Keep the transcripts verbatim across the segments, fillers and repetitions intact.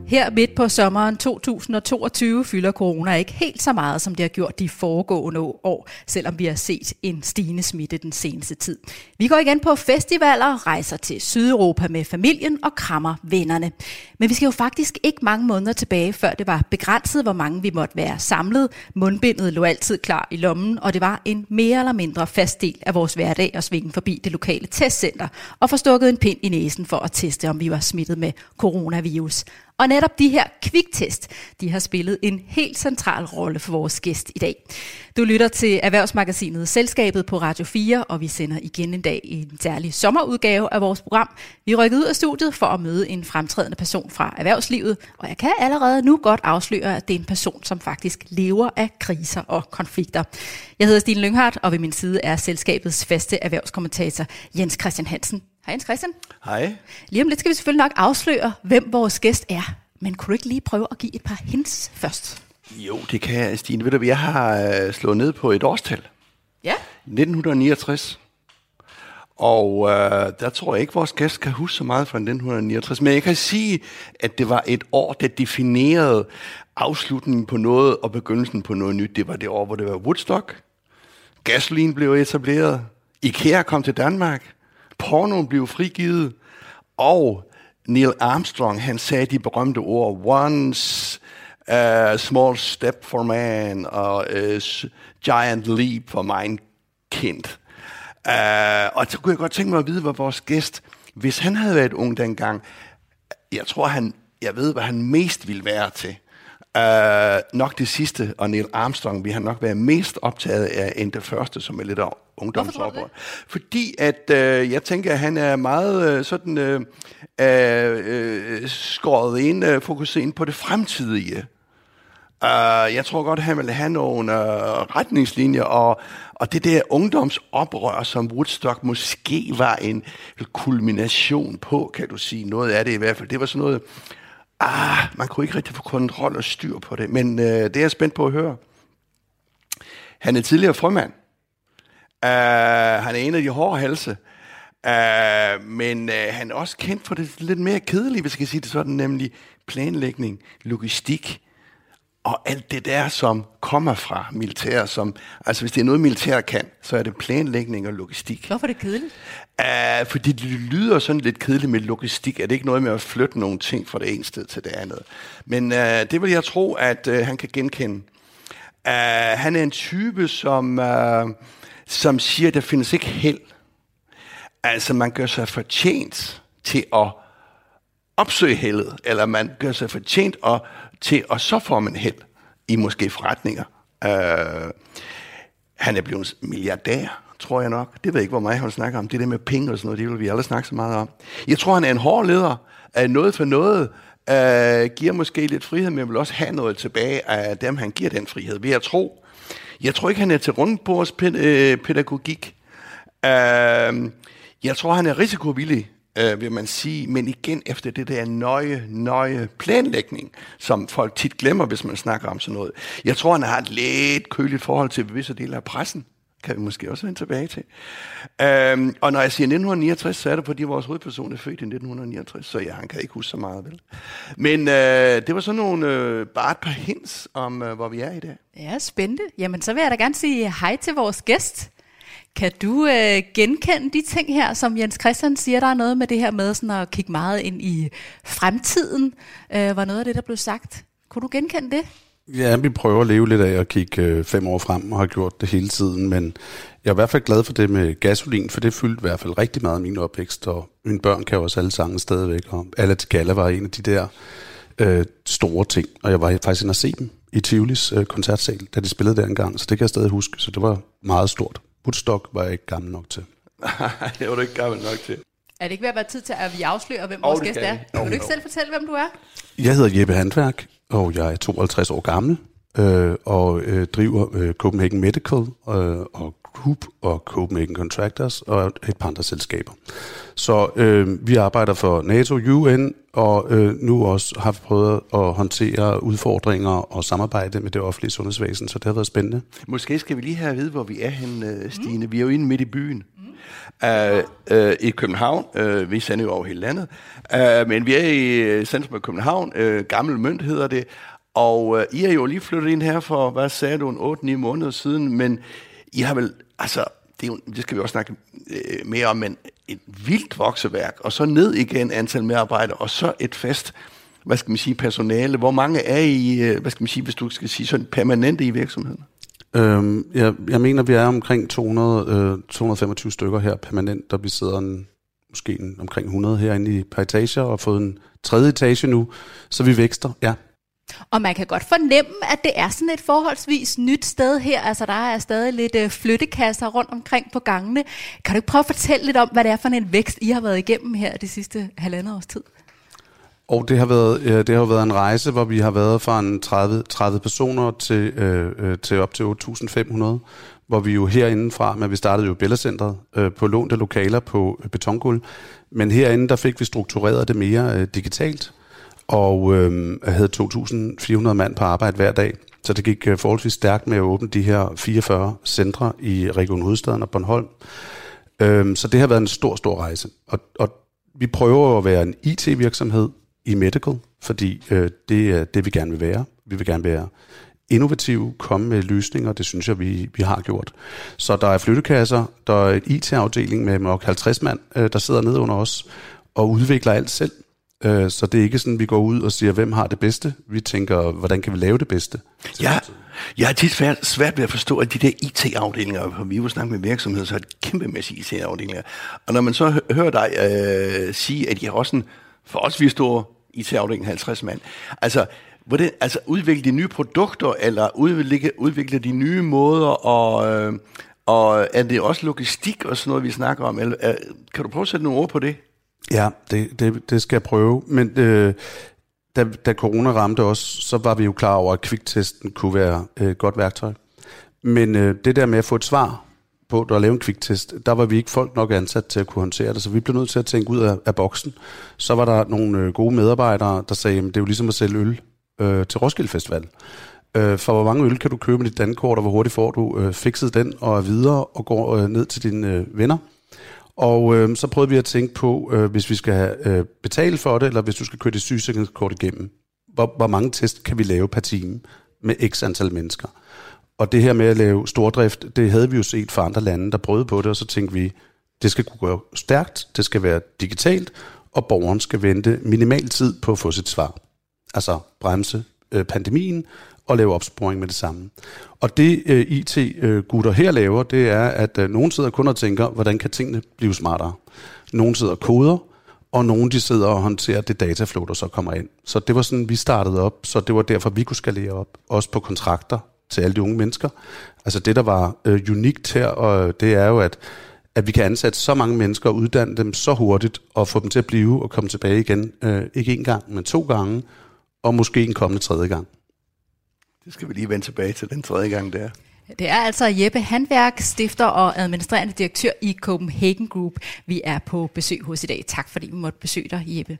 Her midt på sommeren to tusind og toogtyve fylder corona ikke helt så meget, som det har gjort de foregående år, selvom vi har set en stigende smitte den seneste tid. Vi går igen på festivaler, rejser til Sydeuropa med familien og krammer vennerne. Men vi skal jo faktisk ikke mange måneder tilbage, før det var begrænset, hvor mange vi måtte være samlet. Mundbindet lå altid klar i lommen, og det var en mere eller mindre fast del af vores hverdag at svinge forbi det lokale testcenter og få stukket en pind i næsen for at teste, om vi var smittet med coronavirus. Og netop de her kviktest, de har spillet en helt central rolle for vores gæst i dag. Du lytter til Erhvervsmagasinet Selskabet på Radio fire, og vi sender igen en dag i en særlig sommerudgave af vores program. Vi rykker ud af studiet for at møde en fremtrædende person fra erhvervslivet, og jeg kan allerede nu godt afsløre, at det er en person, som faktisk lever af kriser og konflikter. Jeg hedder Stine Lynghardt, og ved min side er selskabets faste erhvervskommentator Jens Christian Hansen. Hej Jens Christian. Hej. Lige om lidt skal vi selvfølgelig nok afsløre, hvem vores gæst er. Men kunne du ikke lige prøve at give et par hints først? Jo, det kan jeg, Stine. Ved du, jeg har slået ned på et årstal. Ja. nitten niogtres. Og øh, der tror jeg ikke, vores gæst kan huske så meget fra nitten niogtres. Men jeg kan sige, at det var et år, der definerede afslutningen på noget og begyndelsen på noget nyt. Det var det år, hvor det var Woodstock. Gasoline blev etableret. IKEA kom til Danmark. Pornoen blev frigivet. Og Neil Armstrong, han sagde de berømte ord, once a small step for man, og a giant leap for mankind. Uh, og så kunne jeg godt tænke mig at vide, hvad vores gæst, hvis han havde været ung dengang, jeg tror, han, jeg ved, hvad han mest ville være til. Uh, nok det sidste, og Neil Armstrong vil han nok være mest optaget af end det første, som er lidt af ungdomsoprør. Fordi at uh, jeg tænker, at han er meget uh, sådan uh, uh, skåret ind, uh, fokuseret ind på det fremtidige. Uh, jeg tror godt, at han vil have nogle uh, retningslinjer, og, og det der ungdomsoprør, som Woodstock måske var en kulmination på, kan du sige. Noget af det i hvert fald. Det var sådan noget, ah, man kunne ikke rigtig få kontrol og styr på det, men uh, det er jeg spændt på at høre. Han er tidligere frømand. Uh, han er en af de hårde halse. Uh, men uh, han er også kendt for det lidt mere kedelige, hvis jeg kan sige det sådan, nemlig planlægning, logistik, og alt det der, som kommer fra militær, som, altså hvis det er noget militær kan, så er det planlægning og logistik. Hvorfor er det kedeligt? Uh, fordi det lyder sådan lidt kedeligt med logistik. Er det ikke noget med at flytte nogle ting fra det ene sted til det andet? Men uh, det vil jeg tro, at uh, han kan genkende. Uh, han er en type, som, uh, som siger, at der findes ikke held. Altså man gør sig fortjent til at opsøge heldet, eller man gør sig fortjent og, til, og så får man held i måske forretninger. Uh, han er blevet milliardær, tror jeg nok. Det ved jeg ikke, hvor meget han snakker om. Det der med penge og sådan noget, det vil vi alle snakke så meget om. Jeg tror, han er en hård leder. Uh, noget for noget uh, giver måske lidt frihed, men vil også have noget tilbage af dem, han giver den frihed. Vil jeg tro. Jeg tror ikke, han er til rundbordspædagogik. Uh, jeg tror, han er risikovillig, Uh, vil man sige, men igen efter det der nøje, nøje planlægning, som folk tit glemmer, hvis man snakker om sådan noget. Jeg tror, han har et lidt køligt forhold til visse dele af pressen. Kan vi måske også vende tilbage til. Uh, og når jeg siger nitten niogtres, så er det, fordi vores hovedperson er født i nitten niogtres, så ja, han kan ikke huske så meget, vel? Men uh, det var sådan nogle, uh, bare et par hints om, uh, hvor vi er i dag. Ja, spændende. Jamen, så vil jeg da gerne sige hej til vores gæst. Kan du øh, genkende de ting her, som Jens Christian siger, der er noget med det her med sådan at kigge meget ind i fremtiden, øh, var noget af det, der blev sagt. Kunne du genkende det? Ja, vi prøver at leve lidt af at kigge øh, fem år frem og har gjort det hele tiden, men jeg er i hvert fald glad for det med gasolin, for det fyldte i hvert fald rigtig meget af min opvækst, og mine børn kan jo også alle sange stadigvæk, og Alla til Galla var en af de der øh, store ting, og jeg var faktisk inde at se dem i Tivolis øh, koncertsal, da de spillede der engang, så det kan jeg stadig huske, så det var meget stort. Woodstock var jeg ikke gammel nok til. Det var du ikke gammel nok til. Er det ikke ved at være tid til, at vi afslører, hvem vores gæst er? Kan du ikke selv fortælle, hvem du er? Jeg hedder Jeppe Handværk, og jeg er tooghalvtreds år gammel, øh, og øh, driver øh, Copenhagen Medical, øh, og Coop og Copenhagen Contractors, og et par andre selskaber. Så øh, vi arbejder for NATO, U N, og øh, nu også har vi prøvet at håndtere udfordringer og samarbejde med det offentlige sundhedsvæsen, så det har været spændende. Måske skal vi lige have at vide, hvor vi er henne, Stine. Mm. Vi er jo inde midt i byen. Mm. uh, uh, i København. Uh, vi sender jo over hele landet. Uh, men vi er i centrum af København. Uh, Gammel Mønt hedder det. Og uh, I er jo lige flyttet ind her for, hvad sagde du, en otte ni måneder siden. Men I har vel, altså, det, er jo, det skal vi også snakke uh, mere om, men et vildt vokseværk. Og så ned igen antal medarbejdere, og så et fast, hvad skal man sige, personale. Hvor mange er I, hvad skal man sige, hvis du skal sige sådan permanente i virksomheden? Øhm, jeg, jeg mener, vi er omkring to hundrede, øh, to hundrede og femogtyve stykker her permanent, og vi sidder en, måske en, omkring hundrede herinde i per etage, og har fået en tredje etage nu, så vi vækster, ja. Og man kan godt fornemme, at det er sådan et forholdsvis nyt sted her. Altså, der er stadig lidt øh, flyttekasser rundt omkring på gangene. Kan du ikke prøve at fortælle lidt om, hvad det er for en vækst, I har været igennem her de sidste halvandet års tid? Og det har været det har været en rejse, hvor vi har været fra en tredive, tredive personer til øh, til op til otte tusind fem hundrede, hvor vi jo herindefra, men vi startede jo Bella Centret øh, på lånte lokaler på betongulv, men herinde der fik vi struktureret det mere øh, digitalt, og øh, havde to tusind fire hundrede mand på arbejde hver dag. Så det gik øh, forholdsvis stærkt med at åbne de her fireogfyrre centre i Region Hovedstaden og Bornholm. Øh, så det har været en stor, stor rejse, og, og vi prøver at være en I T-virksomhed i medical, fordi øh, det er det, vi gerne vil være. Vi vil gerne være innovative, komme med løsninger, det synes jeg, vi, vi har gjort. Så der er flyttekasser, der er et I T-afdeling med nok halvtreds mand, øh, der sidder nede under os og udvikler alt selv. Øh, så det er ikke sådan, vi går ud og siger, hvem har det bedste? Vi tænker, hvordan kan vi lave det bedste? Ja, jeg har tit svært, svært ved at forstå, at de der I T-afdelinger, for vi er jo snakket med virksomheder, så er det kæmpemæssige I T-afdelinger. Og når man så hører dig øh, sige, at I har også en forholdsvis stor I T-afdeling, halvtreds mand. Altså, hvordan, altså udvikle de nye produkter, eller udvikle, udvikle de nye måder, og, øh, og er det også logistik og sådan noget, vi snakker om? Eller, øh, kan du prøve at sætte nogle ord på det? Ja, det, det, det skal jeg prøve. Men øh, da, da corona ramte os, så var vi jo klar over, at kvicktesten kunne være et øh, godt værktøj. Men øh, det der med at få et svar på at lave en kviktest, der var vi ikke folk nok ansat til at kunne håndtere det, så vi blev nødt til at tænke ud af, af boksen. Så var der nogle øh, gode medarbejdere, der sagde, at det er jo ligesom at sælge øl øh, til Roskilde Festival. Øh, for hvor mange øl kan du købe med dit dankort, og hvor hurtigt får du øh, fikset den og er videre og går øh, ned til dine øh, venner. Og øh, så prøvede vi at tænke på, øh, hvis vi skal have, øh, betale for det, eller hvis du skal køre det sygesikringskort igennem, hvor, hvor mange test kan vi lave per time med x antal mennesker. Og det her med at lave stordrift, det havde vi jo set fra andre lande, der prøvede på det, og så tænkte vi, det skal kunne gå stærkt, det skal være digitalt, og borgeren skal vente minimal tid på at få sit svar. Altså bremse øh, pandemien og lave opsporing med det samme. Og det øh, I T-gutter her laver, det er, at øh, nogen sidder kun og tænker, hvordan kan tingene blive smartere. Nogen sidder og koder, og nogen de sidder og håndterer det dataflow, der så kommer ind. Så det var sådan, vi startede op, så det var derfor, vi kunne skalere op, også på kontrakter til alle de unge mennesker. Altså det, der var øh, unikt her, og det er jo, at, at vi kan ansætte så mange mennesker og uddanne dem så hurtigt, og få dem til at blive og komme tilbage igen. Øh, ikke en gang, men to gange, og måske en kommende tredje gang. Det skal vi lige vende tilbage til den tredje gang, der. Det er altså Jeppe Handværk, stifter og administrerende direktør i Copenhagen Group. Vi er på besøg hos i dag. Tak fordi vi måtte besøge dig, Jeppe.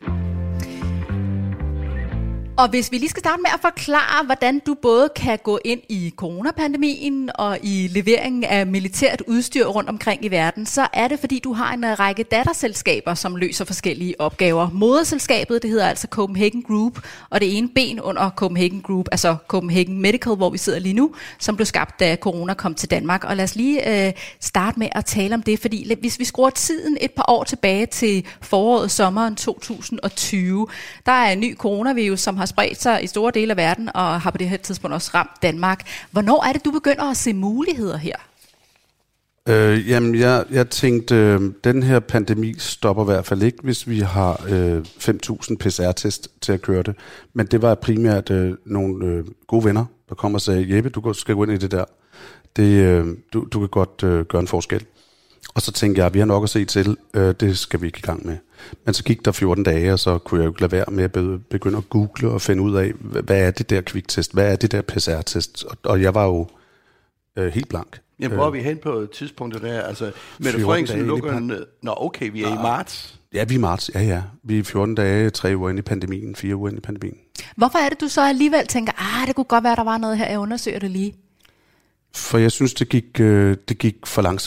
Og hvis vi lige skal starte med at forklare, hvordan du både kan gå ind i coronapandemien og i leveringen af militært udstyr rundt omkring i verden, så er det, fordi du har en række datterselskaber, som løser forskellige opgaver. Moderselskabet, det hedder altså Copenhagen Group, og det ene ben under Copenhagen Group, altså Copenhagen Medical, hvor vi sidder lige nu, som blev skabt, da corona kom til Danmark. Og lad os lige øh, starte med at tale om det, fordi hvis vi skruer tiden et par år tilbage til foråret, sommeren to tusind og tyve, der er en ny coronavirus, som har spredt sig i store dele af verden, og har på det her tidspunkt også ramt Danmark. Hvornår er det, du begynder at se muligheder her? Øh, jamen, jeg, jeg tænkte, øh, den her pandemi stopper i hvert fald ikke, hvis vi har øh, fem tusind P C R-test til at køre det. Men det var primært øh, nogle øh, gode venner, der kom og sagde, Jeppe, du skal gå ind i det der. Det, øh, du, du kan godt øh, gøre en forskel. Og så tænkte jeg, at vi har nok at se til, øh, det skal vi ikke i gang med. Men så gik der fjorten dage, og så kunne jeg jo ikke lade være med at begynde at google og finde ud af, hvad er det der kviktest, hvad er det der P C R-test, og, og jeg var jo øh, helt blank. Jamen, hvor er vi hen på tidspunktet der? Altså, Mette Frederiksen lukker en... Nå, okay, vi er ja. i marts. Ja, vi er i marts, ja, ja. Vi er fjorten dage, tre uger inde i pandemien, fire uger inde i pandemien. Hvorfor er det, du så alligevel tænker, ah, det kunne godt være, der var noget her, jeg undersøger det lige? For jeg synes, det gik, øh, det gik for langsomt.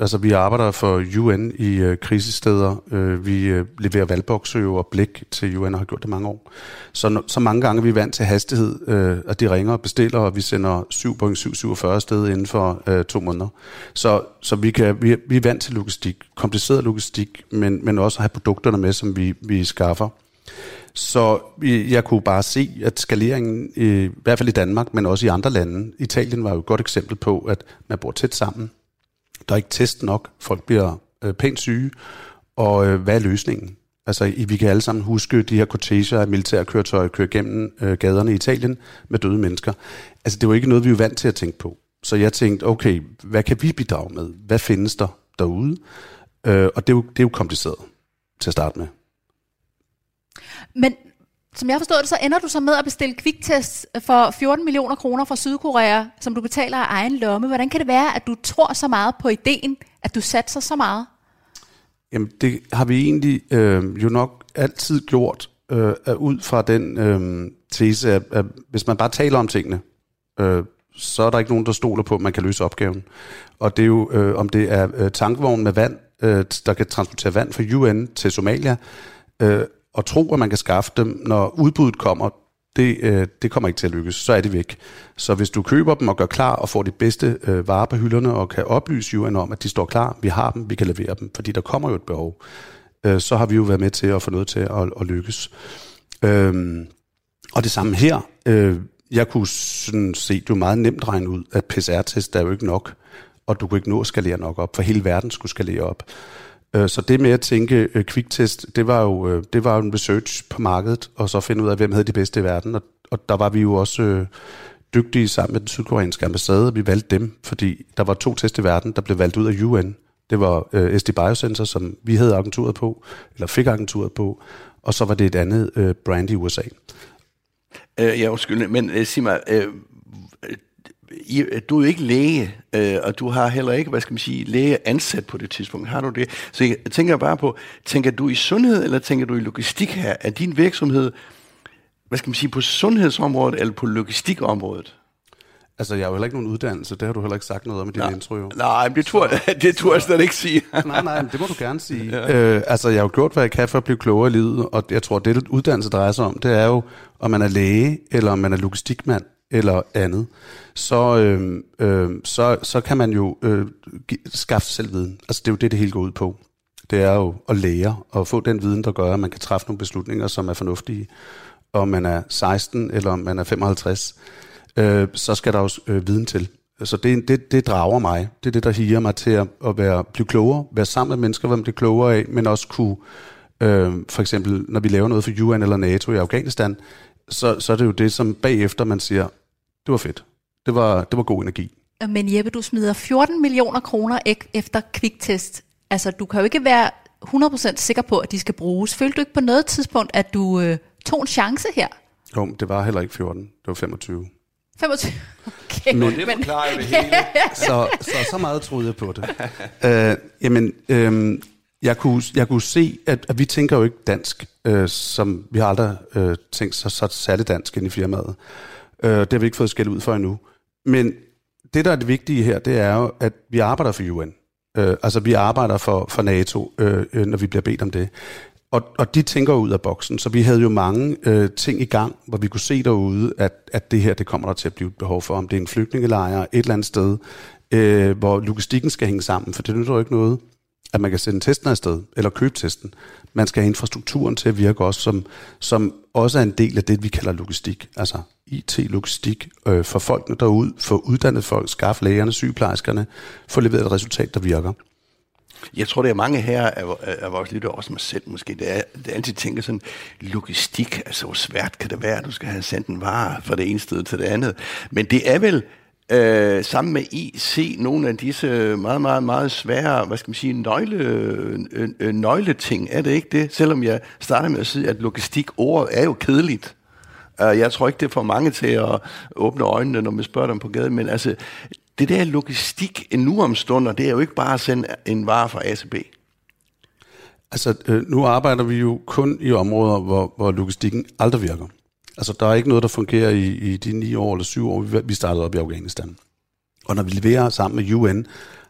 Altså, vi arbejder for U N i øh, krisesteder. Øh, vi øh, leverer valgboksøve og blik til U N og har gjort det mange år. Så, så mange gange er vi vant til hastighed, øh, at de ringer og bestiller, og vi sender syv Boeing syv syvogfyrre afsted inden for øh, to måneder. Så, så vi, kan, vi, vi er vant til logistik, kompliceret logistik, men, men også at have produkterne med, som vi, vi skaffer. Så jeg kunne bare se, at skaleringen, i hvert fald i Danmark, men også i andre lande, Italien var jo et godt eksempel på, at man bor tæt sammen. Der er ikke test nok, folk bliver øh, pænt syge, og øh, hvad er løsningen? Altså, vi kan alle sammen huske de her korteger af militærkøretøjer kører gennem øh, gaderne i Italien med døde mennesker. Altså, det var ikke noget, vi var vant til at tænke på. Så jeg tænkte, okay, hvad kan vi bidrage med? Hvad findes der derude? Øh, og det er, jo, det er jo kompliceret til at starte med. Men som jeg forstår det, så ender du så med at bestille kviktest for fjorten millioner kroner fra Sydkorea, som du betaler af egen lomme. Hvordan kan det være, at du tror så meget på ideen, at du satser så meget? Jamen, det har vi egentlig øh, jo nok altid gjort øh, ud fra den øh, tese, at, at hvis man bare taler om tingene, øh, så er der ikke nogen, der stoler på, at man kan løse opgaven. Og det er jo, øh, om det er øh, tankvogn med vand, øh, der kan transportere vand fra U N til Somalia, øh, og tro, at man kan skaffe dem, når udbuddet kommer, det, øh, det kommer ikke til at lykkes. Så er det væk. Så hvis du køber dem og gør klar og får de bedste øh, varer på hylderne og kan oplyse U N om, at de står klar, vi har dem, vi kan levere dem, fordi der kommer jo et behov, øh, så har vi jo været med til at få noget til at, at lykkes. Øhm, og det samme her. Øh, jeg kunne sådan se, jo meget nemt regne ud, at P C R-test er jo ikke nok, og du kunne ikke nå at skalere nok op, for hele verden skulle skalere op. Så det med at tænke uh, kviktest, det var jo uh, det var jo en research på markedet, og så finde ud af, hvem havde de bedste i verden. Og, og der var vi jo også uh, dygtige sammen med den sydkoreanske ambassade. Vi valgte dem, fordi der var to test i verden, der blev valgt ud af U N. Det var uh, S D Biosensor, som vi havde agenturet på, eller fik agenturet på, og så var det et andet uh, brand i U S A. Uh, ja, undskyld, men uh, sig mig... Uh Du er jo ikke læge, øh, og du har heller ikke, hvad skal man sige, læge ansat på det tidspunkt. Har du det? Så jeg tænker bare på, tænker du i sundhed, eller tænker du i logistik her? Er din virksomhed, hvad skal man sige, på sundhedsområdet, eller på logistikområdet? Altså, jeg har jo heller ikke nogen uddannelse, det har du heller ikke sagt noget om i din intro, jo. Nej, men det tror det tror jeg slet ikke sige. nej, nej, det må du gerne sige. Ja. Øh, altså, jeg har jo gjort, hvad jeg kan for at blive klogere i livet, og jeg tror, det uddannelse drejer sig om, det er jo, om man er læge, eller om man er logistikmand, eller andet, så, øh, øh, så, så kan man jo øh, skaffe selv viden. Altså det er jo det, det hele går ud på. Det er jo at lære og få den viden, der gør, at man kan træffe nogle beslutninger, som er fornuftige. Om man er seksten eller om man er femoghalvtreds, øh, så skal der også øh, viden til. Så det, det, det drager mig. Det er det, der higer mig til at, at være, blive klogere, være sammen med mennesker, hvad man bliver klogere af, men også kunne, øh, for eksempel, når vi laver noget for U N eller NATO i Afghanistan, så, så er det jo det, som bagefter man siger, det var fedt. Det var, det var god energi. Men Jeppe, du smider fjorten millioner kroner efter kviktest. Altså, du kan jo ikke være hundrede procent sikker på, at de skal bruges. Følte du ikke på noget tidspunkt, at du øh, tog en chance her? Jo, det var heller ikke fjorten. Det var femogtyve. femogtyve? Okay. Men det forklarer jo det hele. så, så, så meget troede jeg på det. uh, jamen, um, jeg, kunne, jeg kunne se, at, at vi tænker jo ikke dansk, uh, som vi har aldrig uh, tænkt så, så særligt dansk ind i firmaet. Uh, det har vi ikke fået skæld ud for endnu. Men det, der er det vigtige her, det er jo, at vi arbejder for U N. Uh, altså, vi arbejder for, for NATO, uh, når vi bliver bedt om det. Og, og de tænker ud af boksen. Så vi havde jo mange uh, ting i gang, hvor vi kunne se derude, at, at det her, det kommer der til at blive et behov for. Om det er en flygtningelejr et eller andet sted, uh, hvor logistikken skal hænge sammen. For det nytter jo ikke noget, at man kan sende testen afsted, eller købe testen. Man skal have infrastrukturen til at virke også, som, som også er en del af det, vi kalder logistik. Altså I T-logistik øh, for folkene derude, for uddannet folk, skaffe lægerne, sygeplejerskerne, få leveret et resultat, der virker. Jeg tror, det er mange her af, af vores lyttere, også mig selv måske, det er, det er altid tænker sådan, logistik, altså hvor svært kan det være, at du skal have sendt en vare fra det ene sted til det andet. Men det er vel Øh, sammen med I C nogle af disse meget, meget, meget svære, hvad skal man sige, nøgle, øh, øh, nøgleting, er det ikke det? Selvom jeg starter med at sige, at logistik-ordet er jo kedeligt. Uh, jeg tror ikke, det får mange til at åbne øjnene, når man spørger dem på gaden, men altså, det der logistik nu om stunder, det er jo ikke bare at sende en vare fra A til B. Altså, øh, nu arbejder vi jo kun i områder, hvor, hvor logistikken aldrig virker. Altså, der er ikke noget, der fungerer i, i de ni år eller syv år, vi startede op i Afghanistan. Og når vi leverer sammen med U N,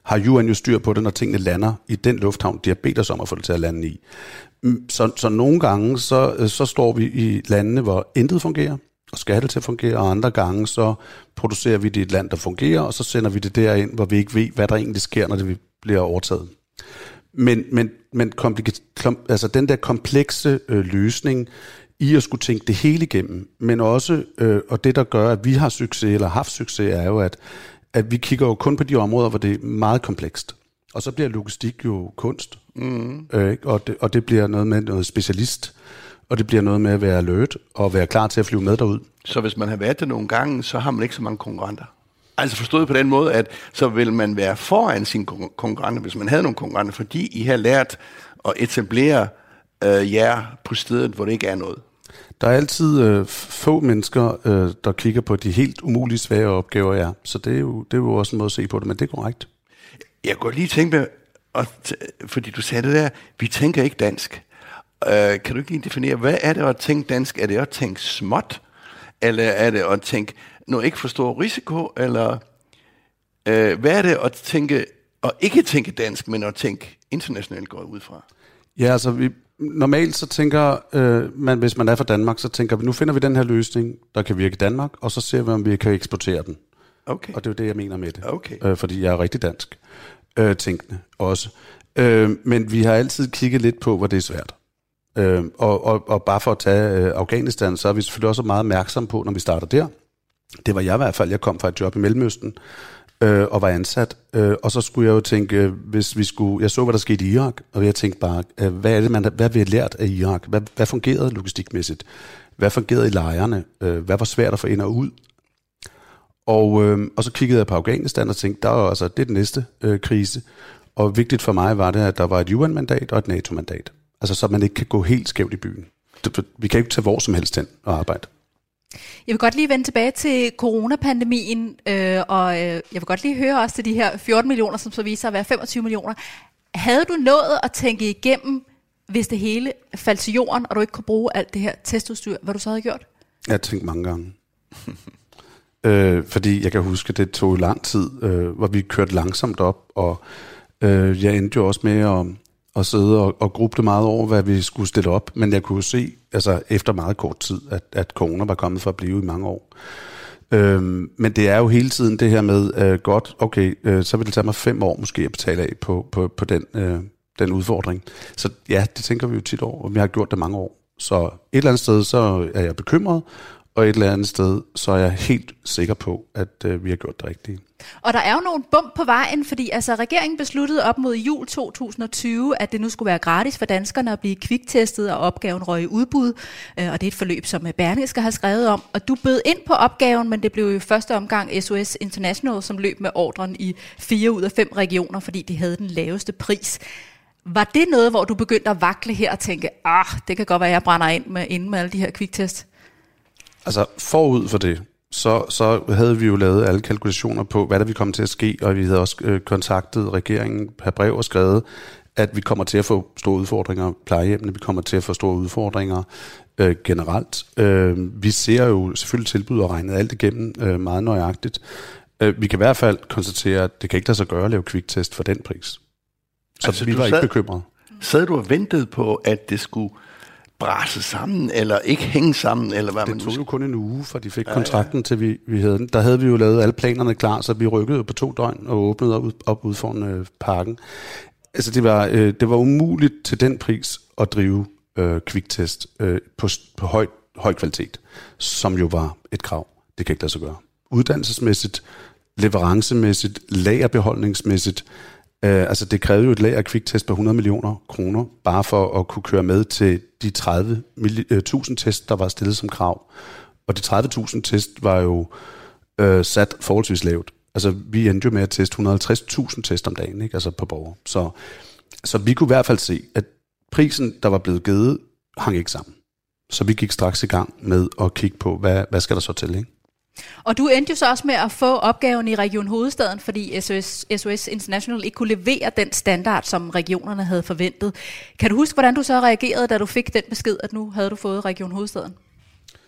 har U N jo styr på det, når tingene lander i den lufthavn, de har bedt os om at få det til at lande i. Så, så nogle gange, så, så står vi i landene, hvor intet fungerer, og skal have det til at fungere, og andre gange, så producerer vi det i et land, der fungerer, og så sender vi det derind, hvor vi ikke ved, hvad der egentlig sker, når det bliver overtaget. Men, men, men komplika- altså den der komplekse øh, løsning i at skulle tænke det hele igennem, men også, øh, og det der gør, at vi har succes, eller haft succes, er jo, at, at vi kigger jo kun på de områder, hvor det er meget komplekst. Og så bliver logistik jo kunst, mm. øh, og, det, og det bliver noget med noget specialist, og det bliver noget med at være alert, og være klar til at flyve med derud. Så hvis man har været det nogle gange, så har man ikke så mange konkurrenter? Altså forstået på den måde, at så vil man være foran sine konkurrenter, hvis man havde nogle konkurrenter, fordi I har lært at etablere øh, jer på stedet, hvor det ikke er noget. Der er altid øh, få mennesker, øh, der kigger på de helt umulige svære opgaver, ja. Så det er, jo, det er jo også en måde at se på det, men det er korrekt. Jeg kunne lige tænke mig, at, fordi du sagde det der, vi tænker ikke dansk. Øh, kan du ikke lige definere, hvad er det at tænke dansk? Er det at tænke småt? Eller er det at tænke, nu ikke for stor risiko? Eller øh, hvad er det at tænke, og ikke tænke dansk, men at tænke internationalt går ud fra? Ja, altså vi, normalt så tænker øh, man, hvis man er fra Danmark, så tænker vi, nu finder vi den her løsning, der kan virke i Danmark, og så ser vi, om vi kan eksportere den. Okay. Og det er jo det, jeg mener med det. Okay. Øh, fordi jeg er rigtig dansk øh, tænkende også. Øh, men vi har altid kigget lidt på, hvor det er svært. Øh, og, og, og bare for at tage øh, Afghanistan, så er vi selvfølgelig også meget opmærksomme på, når vi starter der. Det var jeg i hvert fald. Jeg kom fra et job i Mellemøsten øh, og var ansat. Øh, og så skulle jeg jo tænke, øh, hvis vi skulle... Jeg så, hvad der skete i Irak, og jeg tænkte bare, øh, hvad er det, man, hvad vi har lært af Irak? Hvad, hvad fungerede logistikmæssigt? Hvad fungerede i lejrene? Øh, hvad var svært at få ind og ud? Og, øh, og så kiggede jeg på Afghanistan og tænkte, der var altså, det er den næste øh, krise. Og vigtigt for mig var det, at der var et U N-mandat og et NATO-mandat. Altså så man ikke kan gå helt skævt i byen. Vi kan ikke tage hvor som helst hen og arbejde. Jeg vil godt lige vende tilbage til coronapandemien, øh, og øh, jeg vil godt lige høre også til de her fjorten millioner, som så viser at være femogtyve millioner. Havde du nået at tænke igennem, hvis det hele faldt til jorden, og du ikke kunne bruge alt det her testudstyr, hvad du så havde gjort? Jeg har tænkt mange gange. øh, fordi jeg kan huske, at det tog lang tid, øh, hvor vi kørte langsomt op, og øh, jeg endte jo også med at, at sidde og, og gruble meget over, hvad vi skulle stille op. Men jeg kunne se, altså efter meget kort tid, at, at corona var kommet for at blive i mange år. Øh, men det er jo hele tiden det her med, øh, godt, okay, øh, så vil det tage mig fem år måske at betale af på, på, på den, øh, den udfordring. Så ja, det tænker vi jo tit over, og vi har gjort det mange år. Så et eller andet sted, så er jeg bekymret, og et eller andet sted, så er jeg helt sikker på, at øh, vi har gjort det rigtige. Og der er jo nogle bump på vejen, fordi altså, regeringen besluttede op mod jul to tusind og tyve, at det nu skulle være gratis for danskerne at blive kviktestet, og opgaven røg i udbud. Øh, og det er et forløb, som Berlingske har skrevet om. Og du bød ind på opgaven, men det blev jo i første omgang S O S International, som løb med ordren i fire ud af fem regioner, fordi de havde den laveste pris. Var det noget, hvor du begyndte at vakle her og tænke, ah, det kan godt være, at jeg brænder ind med, inden med alle de her kviktest? Altså forud for det, så, så havde vi jo lavet alle kalkulationer på, hvad der ville komme til at ske, og vi havde også øh, kontaktet regeringen per brev og skrevet, at vi kommer til at få store udfordringer plejehjemmene, vi kommer til at få store udfordringer øh, generelt. Øh, vi ser jo selvfølgelig tilbud og regnet alt igennem øh, meget nøjagtigt. Øh, vi kan i hvert fald konstatere, at det kan ikke lade sig gøre at lave kviktest for den pris. Så altså, vi var sad, ikke bekymrede. Sad du og ventede på, at det skulle brase sammen, eller ikke hænge sammen, eller hvad det man tog jo kun en uge, for de fik ja, kontrakten ja. til vi, vi havde den. Der havde vi jo lavet alle planerne klar, så vi rykkede på to døgn og åbnede op, op ud foran øh, parken. Altså det var, øh, det var umuligt til den pris at drive øh, kviktest øh, på, på høj, høj kvalitet, som jo var et krav. Det kan ikke lade sig gøre. Uddannelsesmæssigt, leverancemæssigt, lagerbeholdningsmæssigt. Øh, altså det krævede jo et lager kviktest på hundrede millioner kroner, bare for at kunne køre med til de tredive tusind test, der var stillet som krav. Og de tredive tusind test var jo øh, sat forholdsvis lavt. Altså vi endte jo med at teste et hundrede og halvtreds tusind test om dagen, ikke? Altså på borger. Så, så vi kunne i hvert fald se, at prisen, der var blevet givet, hang ikke sammen. Så vi gik straks i gang med at kigge på, hvad, hvad skal der så til, ikke? Og du endte jo så også med at få opgaven i Region Hovedstaden, fordi S O S, S O S International ikke kunne levere den standard, som regionerne havde forventet. Kan du huske, hvordan du så reagerede, da du fik den besked, at nu havde du fået Region Hovedstaden?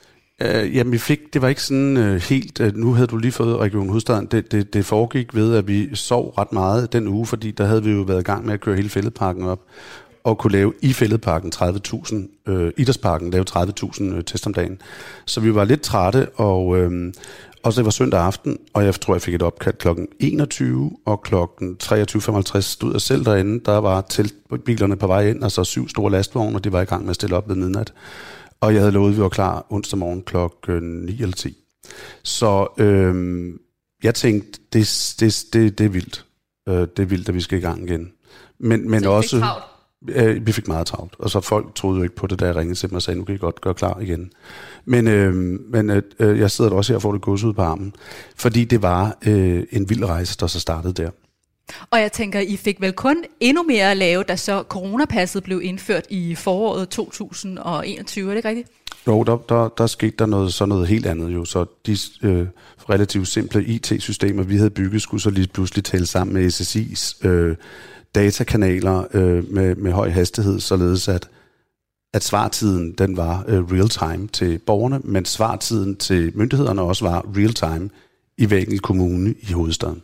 Uh, jamen, vi fik, det var ikke sådan uh, helt, uh, nu havde du lige fået Region Hovedstaden, det, det, det foregik ved, at vi sov ret meget den uge, fordi der havde vi jo været i gang med at køre hele Fælledparken op, og kunne lave i Fælledparken tredive tusind, uh, Idrætsparken lave tredive tusind uh, test om dagen. Så vi var lidt trætte, og, uh, og så det var søndag aften, og jeg tror, jeg fik et opkald klokken enogtyve, og klokken treogtyve femoghalvtreds stod jeg selv derinde, der var teltbilerne på vej ind, altså syv store lastvogne, og de var i gang med at stille op ved midnat. Og jeg havde lovet, at vi var klar onsdag morgen klokken ni eller ti. Så øh, jeg tænkte, det, det, det, det er vildt. Øh, det er vildt, at vi skal i gang igen. Men, men så også, fik travlt? Øh, vi fik meget travlt. Og så folk troede jo ikke på det, da jeg ringede til dem og sagde, nu kan I godt gøre klar igen. Men, øh, men øh, jeg sidder også her og får det gås ud på armen. Fordi det var øh, en vild rejse, der så startede der. Og jeg tænker, I fik vel kun endnu mere at lave, da så coronapasset blev indført i foråret to tusind og enogtyve, er det ikke rigtigt? Jo, der, der, der skete der noget, så noget helt andet jo. Så de øh, relativt simple I T-systemer, vi havde bygget, skulle så lige pludselig tælle sammen med S S I's øh, datakanaler øh, med, med høj hastighed, således at, at svartiden den var øh, real-time til borgerne, men svartiden til myndighederne også var real-time i hver enkelt kommune i hovedstaden.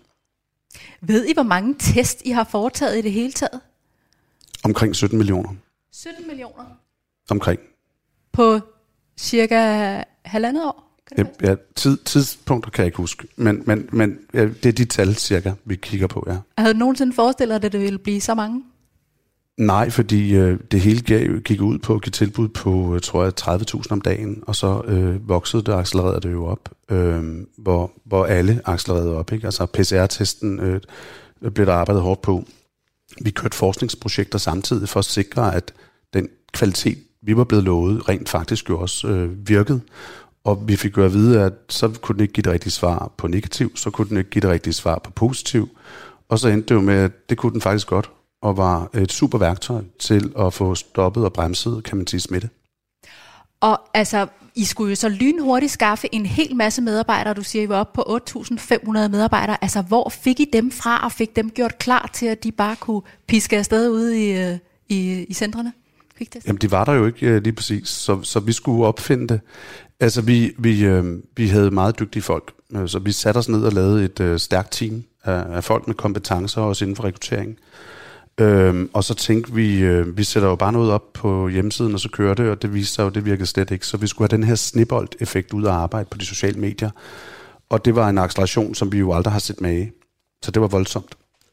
Ved I, hvor mange test I har foretaget i det hele taget? Omkring sytten millioner. sytten millioner? Omkring. På cirka halvandet år? Ja, ja, tid, tidspunkter kan jeg ikke huske, men, men, men ja, det er de tal cirka, vi kigger på, ja. Havde du nogensinde forestillet dig, at det ville blive så mange? Nej, fordi øh, det hele gav, gik ud på at give tilbud på, øh, tror jeg, tredive tusind om dagen, og så øh, voksede det og accelererede det jo op, øh, hvor, hvor alle accelererede op, ikke? Altså P C R-testen øh, blev der arbejdet hårdt på. Vi kørte forskningsprojekter samtidig for at sikre, at den kvalitet, vi var blevet lovet, rent faktisk jo også øh, virkede. Og vi fik jo at vide, at så kunne den ikke give det rigtige svar på negativ, så kunne den ikke give det rigtige svar på positiv. Og så endte det jo med, at det kunne den faktisk godt, og var et super værktøj til at få stoppet og bremset, kan man sige, smitte. Og altså, I skulle jo så lynhurtigt skaffe en hel masse medarbejdere. Du siger, I var oppe på otte tusind fem hundrede medarbejdere. Altså, hvor fik I dem fra, og fik dem gjort klar til, at de bare kunne piske afsted ude i, i, i centrene? Jamen, de var der jo ikke lige præcis, så, så vi skulle opfinde det. Altså, vi, vi, øh, vi havde meget dygtige folk, så vi satte os ned og lavede et øh, stærkt team af, af folk med kompetencer, også inden for rekruttering. Øhm, og så tænkte vi, øh, vi sætter jo bare noget op på hjemmesiden, og så kører det, og det viste sig jo, det virkede slet ikke. Så vi skulle have den her snibbold-effekt ud af arbejde på de sociale medier. Og det var en acceleration, som vi jo aldrig har set med af. Så det var voldsomt.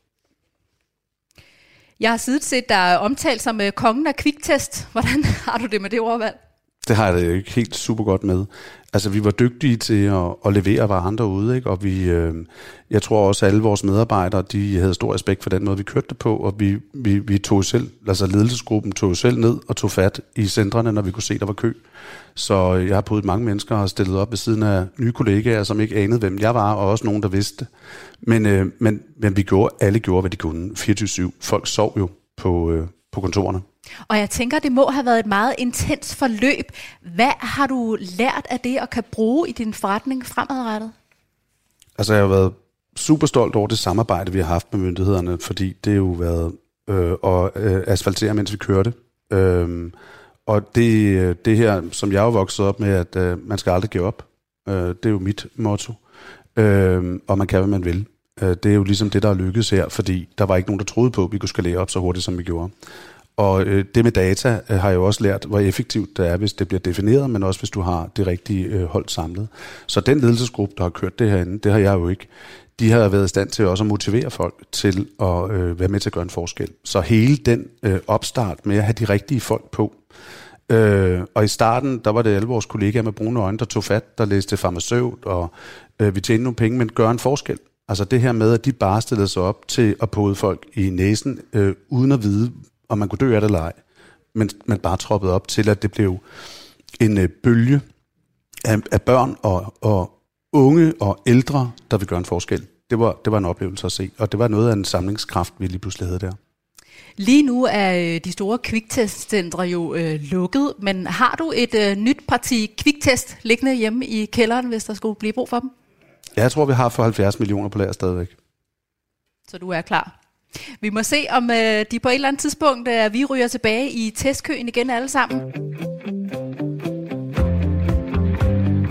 Jeg har siddet set dig omtalt som uh, kongen af kviktest. Hvordan har du det med det ordvalg? Det har jeg det ikke helt super godt med. Altså, vi var dygtige til at, at levere varer derude, ikke? Og vi, øh, jeg tror også, at alle vores medarbejdere, de havde stor respekt for den måde, vi kørte det på, og vi, vi, vi tog selv, altså ledelsesgruppen tog selv ned og tog fat i centrene, når vi kunne se, der var kø. Så jeg har prøvet mange mennesker og har stillet op ved siden af nye kollegaer, som ikke anede, hvem jeg var, og også nogen, der vidste det. Men, øh, men, men vi gjorde, alle gjorde, hvad de kunne. fireogtyve syv. Folk sov jo på, øh, på kontorerne. Og jeg tænker, det må have været et meget intens forløb. Hvad har du lært af det og kan bruge i din forretning fremadrettet? Altså, jeg har været super stolt over det samarbejde, vi har haft med myndighederne, fordi det har jo været øh, at øh, asfaltere, mens vi kørte. Øh, og det, det her, som jeg har vokset op med, at øh, man skal aldrig give op. Øh, det er jo mit motto. Øh, og man kan, hvad man vil. Øh, det er jo ligesom det, der er lykkedes her, fordi der var ikke nogen, der troede på, at vi kunne skalere op så hurtigt, som vi gjorde. Og øh, det med data øh, har jeg jo også lært, hvor effektivt det er, hvis det bliver defineret, men også hvis du har det rigtige øh, hold samlet. Så den ledelsesgruppe, der har kørt det herinde, det har jeg jo ikke. De har været i stand til også at motivere folk til at øh, være med til at gøre en forskel. Så hele den øh, opstart med at have de rigtige folk på. Øh, og i starten, der var det alle vores kollegaer med brune øjne, der tog fat, der læste farmaceut, og øh, vi tjente nogle penge, men gør en forskel. Altså det her med, at de bare stillede sig op til at pode folk i næsen, øh, uden at vide, om man kunne dø af det eller ej, men man bare troppede op til, at det blev en øh, bølge af, af børn og, og unge og ældre, der vil gøre en forskel. Det var, det var en oplevelse at se, og det var noget af en samlingskraft, vi lige pludselig havde der. Lige nu er øh, de store kviktestcentre jo øh, lukket, men har du et øh, nyt parti kviktest liggende hjemme i kælderen, hvis der skulle blive brug for dem? Ja, jeg tror, vi har for halvfjerds millioner på lager stadigvæk. Så du er klar. Vi må se, om øh, de på et eller andet tidspunkt, øh, vi ryger tilbage i testkøen igen alle sammen.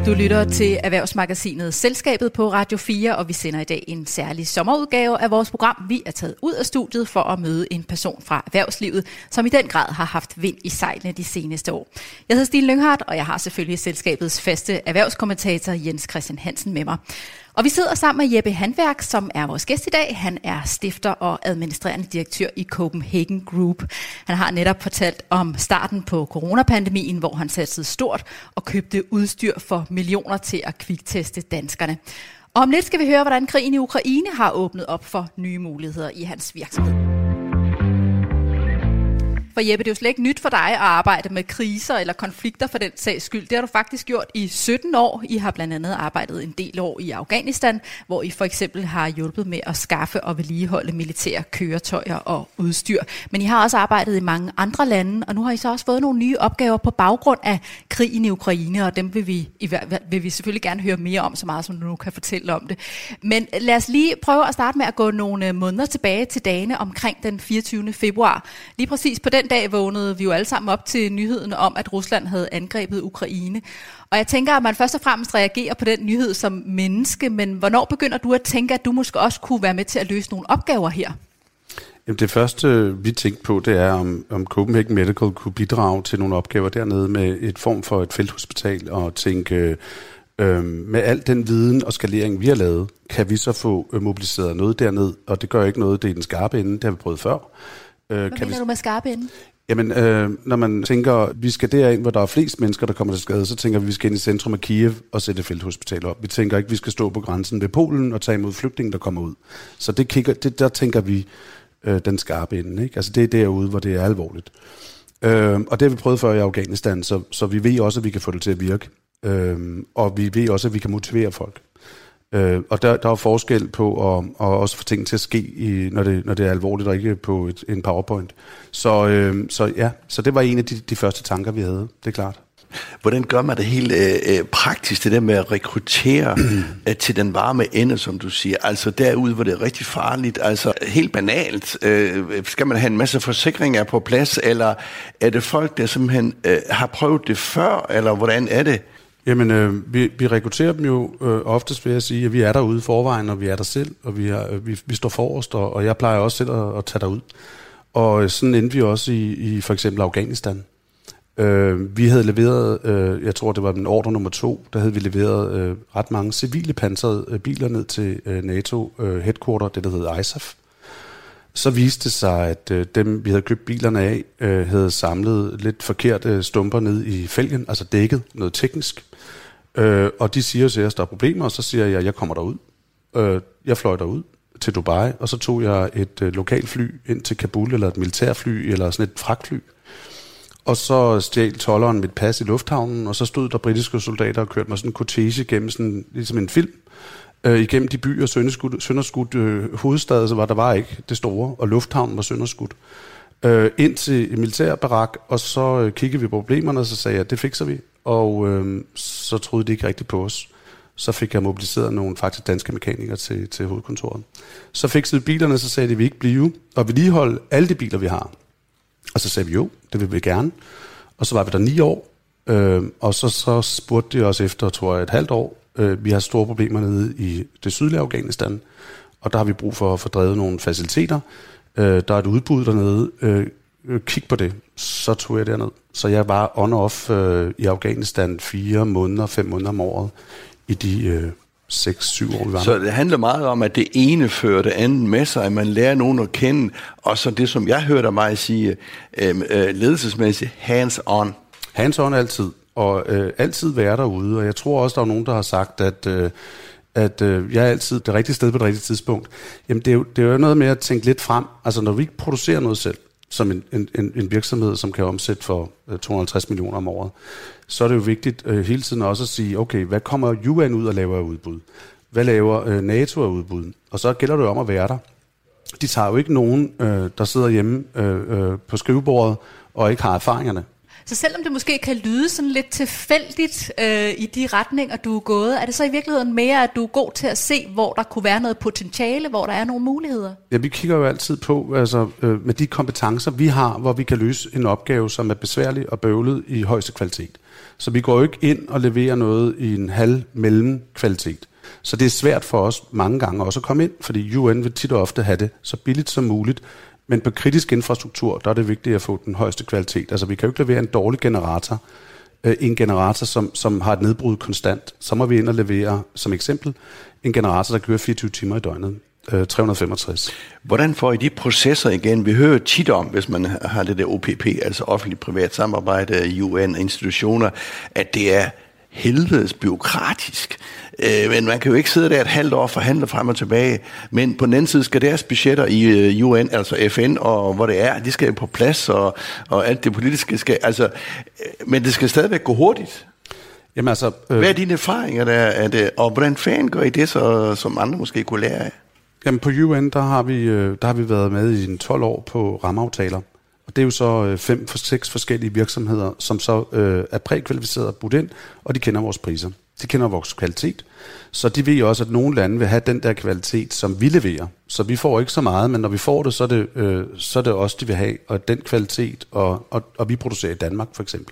Du lytter til Erhvervsmagasinet Selskabet på Radio fire, og vi sender i dag en særlig sommerudgave af vores program. Vi er taget ud af studiet for at møde en person fra erhvervslivet, som i den grad har haft vind i sejlene de seneste år. Jeg hedder Stine Lynghardt, og jeg har selvfølgelig selskabets faste erhvervskommentator Jens Christian Hansen med mig. Og vi sidder sammen med Jeppe Handværk, som er vores gæst i dag. Han er stifter og administrerende direktør i Copenhagen Group. Han har netop fortalt om starten på coronapandemien, hvor han satsede stort og købte udstyr for millioner til at kvikteste danskerne. Og om lidt skal vi høre, hvordan krigen i Ukraine har åbnet op for nye muligheder i hans virksomhed. For Jeppe, det er jo slet ikke nyt for dig at arbejde med kriser eller konflikter for den sags skyld. Det har du faktisk gjort i sytten år. I har blandt andet arbejdet en del år i Afghanistan, hvor I for eksempel har hjulpet med at skaffe og vedligeholde militære køretøjer og udstyr. Men I har også arbejdet i mange andre lande, og nu har I så også fået nogle nye opgaver på baggrund af krigen i Ukraine, og dem vil vi, vil vi selvfølgelig gerne høre mere om, så meget som du nu kan fortælle om det. Men lad os lige prøve at starte med at gå nogle måneder tilbage til dagene omkring den fireogtyvende februar. Lige præcis på den dag vågnede vi jo alle sammen op til nyheden om, at Rusland havde angrebet Ukraine. Og jeg tænker, at man først og fremmest reagerer på den nyhed som menneske, men hvornår begynder du at tænke, at du måske også kunne være med til at løse nogle opgaver her? Jamen det første, vi tænkte på, det er, om, om Copenhagen Medical kunne bidrage til nogle opgaver dernede med et form for et felthospital, og tænke, øh, med al den viden og skalering, vi har lavet, kan vi så få mobiliseret noget derned, og det gør ikke noget, det er den skarpe ende, det har vi prøvet før. Hvad Hvad mener vi... du med skarpe ende? Jamen, øh, når man tænker, vi skal derind, hvor der er flest mennesker, der kommer til skade, så tænker vi, vi skal ind i centrum af Kiev og sætte et felthospital op. Vi tænker ikke, vi skal stå på grænsen ved Polen og tage imod flygtninge, der kommer ud. Så det kigger, det, der tænker vi øh, den skarpe ende, ikke? Altså det er derude, hvor det er alvorligt. Øh, og det har vi prøvet før i Afghanistan, så, så vi ved også, at vi kan få det til at virke. Øh, og vi ved også, at vi kan motivere folk. Øh, og der, der er forskel på at, at også få tingene til at ske, i, når, det, når det er alvorligt, og ikke på et, en PowerPoint. Så, øh, så ja, så det var en af de, de første tanker, vi havde, det er klart. Hvordan gør man det helt øh, praktisk, det der med at rekruttere øh, til den varme ende, som du siger? Altså derude, hvor det er rigtig farligt, altså helt banalt. Øh, skal man have en masse forsikringer på plads, eller er det folk, der simpelthen øh, har prøvet det før, eller hvordan er det? Jamen, øh, vi, vi rekrutterer dem jo øh, oftest ved at sige, at vi er derude i forvejen, og vi er der selv, og vi, er, vi, vi står forrest, og, og jeg plejer også selv at, at tage derud. Og sådan endte vi også i, i for eksempel Afghanistan. Øh, vi havde leveret, øh, jeg tror det var den ordre nummer to, der havde vi leveret øh, ret mange civile pansrede øh, biler ned til øh, NATO øh, headquarter, det der hedder I S A F. Så viste det sig, at øh, dem, vi havde købt bilerne af, øh, havde samlet lidt forkerte stumper ned i fælgen, altså dækket noget teknisk. Øh, og de siger til os, der er problemer, og så siger jeg, jeg kommer derud. Øh, jeg fløj derud til Dubai, og så tog jeg et øh, lokalt fly ind til Kabul, eller et militærfly, eller sådan et fragtfly. Og så stjal tolderen mit pas i lufthavnen, og så stod der britiske soldater og kørte mig sådan en kortege gennem sådan, ligesom en film, øh, igennem de byer, sønderskudt, sønderskudt øh, hovedstad, så var der var ikke det store, og lufthavnen var sønderskudt. Øh, ind til en militærbarak, og så øh, kiggede vi på problemerne, og så sagde jeg, det fikser vi. Og øh, så troede de ikke rigtigt på os. Så fik jeg mobiliseret nogle faktisk danske mekanikere til, til hovedkontoret. Så fikset bilerne, så sagde de, at vi ikke blive, og vedligeholde alle de biler, vi har. Og så sagde vi jo, det vil vi gerne. Og så var vi der ni år, øh, og så, så spurgte de os efter, tror jeg, et halvt år. Øh, vi har store problemer nede i det sydlige Afghanistan, og der har vi brug for at få drevet nogle faciliteter. Øh, der er et udbud dernede. Øh, kig på det. Så tog jeg derned. Så jeg var on og off øh, i Afghanistan fire måneder, fem måneder om året i de øh, seks, syv år, vi var. Så det handler meget om, at det ene fører det andet med sig, at man lærer nogen at kende, og så det, som jeg hørte mig sige, øh, øh, ledelsesmæssigt, hands on. Hands on altid, og øh, altid være derude, og jeg tror også, der er nogen, der har sagt, at, øh, at øh, jeg er altid det rigtige sted på det rigtige tidspunkt. Jamen, det er, jo, det er jo noget med at tænke lidt frem. Altså, når vi ikke producerer noget selv, som en, en, en virksomhed, som kan omsætte for to hundrede og halvtreds millioner om året, så er det jo vigtigt øh, hele tiden også at sige, okay, hvad kommer U N ud og laver af udbud? Hvad laver øh, NATO af udbud? Og så gælder det jo om at være der. De tager jo ikke nogen, øh, der sidder hjemme øh, øh, på skrivebordet og ikke har erfaringerne. Så selvom det måske kan lyde sådan lidt tilfældigt øh, i de retninger, du er gået, er det så i virkeligheden mere, at du er god til at se, hvor der kunne være noget potentiale, hvor der er nogle muligheder? Ja, vi kigger jo altid på, altså øh, med de kompetencer, vi har, hvor vi kan løse en opgave, som er besværlig og bøvlet i højeste kvalitet. Så vi går jo ikke ind og leverer noget i en halv mellemkvalitet. Så det er svært for os mange gange også at komme ind, fordi U N vil tit og ofte have det så billigt som muligt. Men på kritisk infrastruktur, der er det vigtigt at få den højeste kvalitet. Altså vi kan jo ikke levere en dårlig generator, en generator, som, som har et nedbrud konstant. Så må vi ind og levere, som eksempel, en generator, der kører fireogtyve timer i døgnet. tre hundrede og femogtres. Hvordan får I de processer igen? Vi hører tit om, hvis man har det der O P P, altså offentlig-privat samarbejde, U N-institutioner, at det er helvedes byråkratisk. Øh, men man kan jo ikke sidde der et halvt år og forhandle frem og tilbage. Men på den anden side skal deres budgetter i U N, altså F N, og hvor det er, de skal på plads, og, og alt det politiske skal... Altså, men det skal stadigvæk gå hurtigt. Jamen altså... Øh... Hvad er dine erfaringer der, er det, og hvordan fanden gør I det, så, som andre måske kunne lære af? Jamen på U N, der har vi, der har vi været med i tolv år på rammeaftaler. Og det er jo så fem, seks forskellige virksomheder, som så øh, er prækvalificeret og budt ind, og de kender vores priser. De kender vores kvalitet. Så de ved også, at nogle lande vil have den der kvalitet, som vi leverer. Så vi får ikke så meget, men når vi får det, så er det, øh, så er det også, de vil have. Og den kvalitet, og, og, og vi producerer i Danmark for eksempel.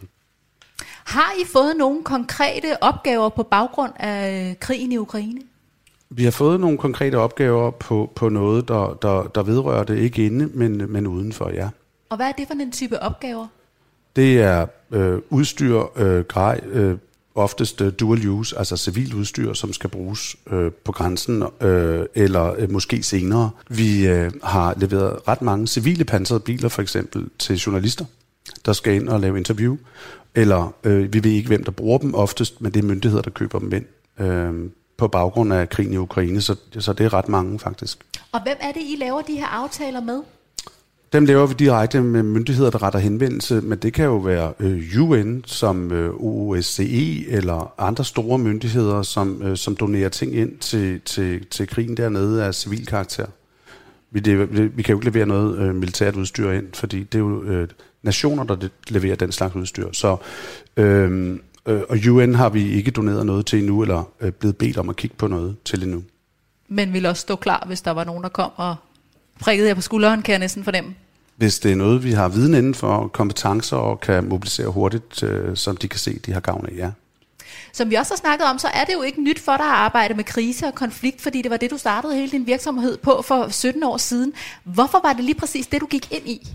Har I fået nogle konkrete opgaver på baggrund af krigen i Ukraine? Vi har fået nogle konkrete opgaver på, på noget, der, der, der vedrører det ikke inde, men, men udenfor, ja. Og hvad er det for en type opgaver? Det er øh, udstyr, øh, grej, øh, oftest øh, dual use, altså civil udstyr, som skal bruges øh, på grænsen, øh, eller øh, måske senere. Vi øh, har leveret ret mange civile pansrede biler, for eksempel, til journalister, der skal ind og lave interview. Eller øh, vi ved ikke, hvem der bruger dem oftest, men det er myndigheder, der køber dem ind. Øh, på baggrund af krigen i Ukraine, så, så det er ret mange faktisk. Og hvem er det, I laver de her aftaler med? Dem laver vi direkte med myndigheder, der retter henvendelse, men det kan jo være øh, U N, som øh, O S C E, eller andre store myndigheder, som, øh, som donerer ting ind til, til, til krigen dernede af civil karakter. Vi, det, vi kan jo ikke levere noget øh, militært udstyr ind, fordi det er jo øh, nationer, der leverer den slags udstyr. Så... Øh, Og U N har vi ikke doneret noget til endnu, eller øh, blevet bedt om at kigge på noget til endnu. Men vil også stå klar, hvis der var nogen, der kom og prikkede jer på skulderen, kan jeg næsten fornemme? Hvis det er noget, vi har viden inden for, kompetencer og kan mobilisere hurtigt, øh, som de kan se, de har gavn af, ja. Som vi også har snakket om, så er det jo ikke nyt for dig at arbejde med krise og konflikt, fordi det var det, du startede hele din virksomhed på for sytten år siden. Hvorfor var det lige præcis det, du gik ind i?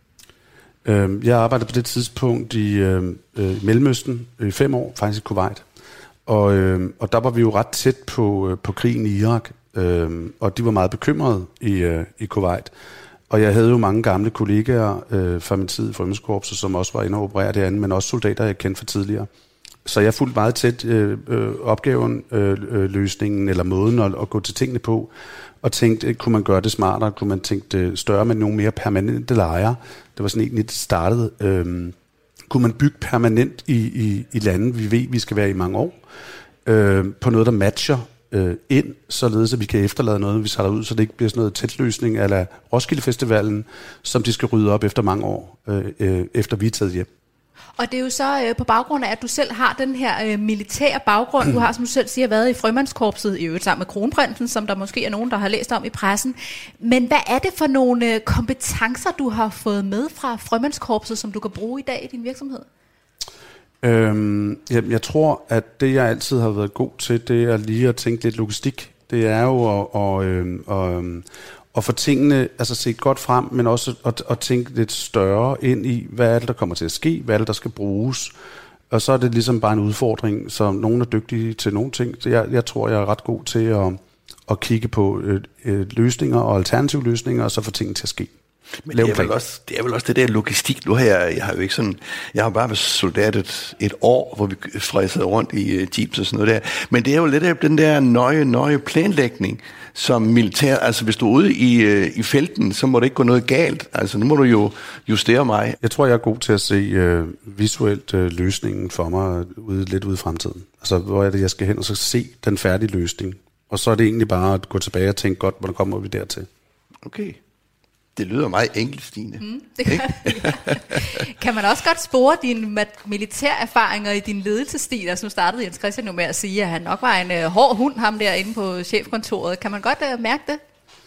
Jeg arbejdede på det tidspunkt i øh, Mellemøsten i fem år, faktisk i Kuwait. Og, øh, og der var vi jo ret tæt på, øh, på krigen i Irak, øh, og de var meget bekymrede i, øh, i Kuwait. Og jeg havde jo mange gamle kollegaer øh, fra min tid i Frømandskorpset, som også var inde og operere derinde, men også soldater, jeg kendte fra tidligere. Så jeg fulgte meget tæt øh, øh, opgaven, øh, løsningen eller måden at, at gå til tingene på, og tænkte, kunne man gøre det smartere, kunne man tænke det større med nogle mere permanente lejre. Det var sådan egentlig, det startede. Øhm, kunne man bygge permanent i, i, i lande, vi ved, vi skal være i mange år, øh, på noget, der matcher øh, ind, således at vi kan efterlade noget, vi sætter ud, så det ikke bliver sådan noget tætløsning eller Roskilde Festivalen, som de skal rydde op efter mange år, øh, øh, efter vi er taget hjem. Og det er jo så øh, på baggrund af, at du selv har den her øh, militære baggrund. Du har, som du selv siger, været i Frømandskorpset, i øvrigt sammen med Kronprinsen, som der måske er nogen, der har læst om i pressen. Men hvad er det for nogle øh, kompetencer, du har fået med fra Frømandskorpset, som du kan bruge i dag i din virksomhed? Øhm, jeg, jeg tror, at det, jeg altid har været god til, det er lige at tænke lidt logistik. Det er jo at... Og, øh, og, og få tingene altså set godt frem, men også at, at tænke lidt større ind i, hvad er det, der kommer til at ske, hvad er det, der skal bruges. Og så er det ligesom bare en udfordring, så nogen er dygtige til nogle ting. Så jeg, jeg tror, jeg er ret god til at, at kigge på øh, øh, løsninger og alternative løsninger, og så få tingene til at ske. Men det er, vel også, det er vel også det der logistik. Nu har jeg, jeg har jo ikke sådan, jeg har bare været soldat et, et år, hvor vi fræsede rundt i uh, jeeps og sådan noget der. Men det er jo lidt af den der nøje, nøje planlægning, som militær, altså hvis du er ude i, uh, i felten, så må det ikke gå noget galt. Altså nu må du jo justere mig. Jeg tror, jeg er god til at se uh, visuelt uh, løsningen for mig ude, lidt ude i fremtiden. Altså hvor er det, jeg skal hen og så se den færdige løsning. Og så er det egentlig bare at gå tilbage og tænke godt, hvordan kommer vi dertil. Okay. Det lyder meget enkelt, Stine. Mm, det gør det, ja. Kan man også godt spore dine militærerfaringer i din ledelsesstil? Altså nu startede Jens Christian jo med at sige, at han nok var en uh, hård hund, ham derinde på chefkontoret. Kan man godt uh, mærke det?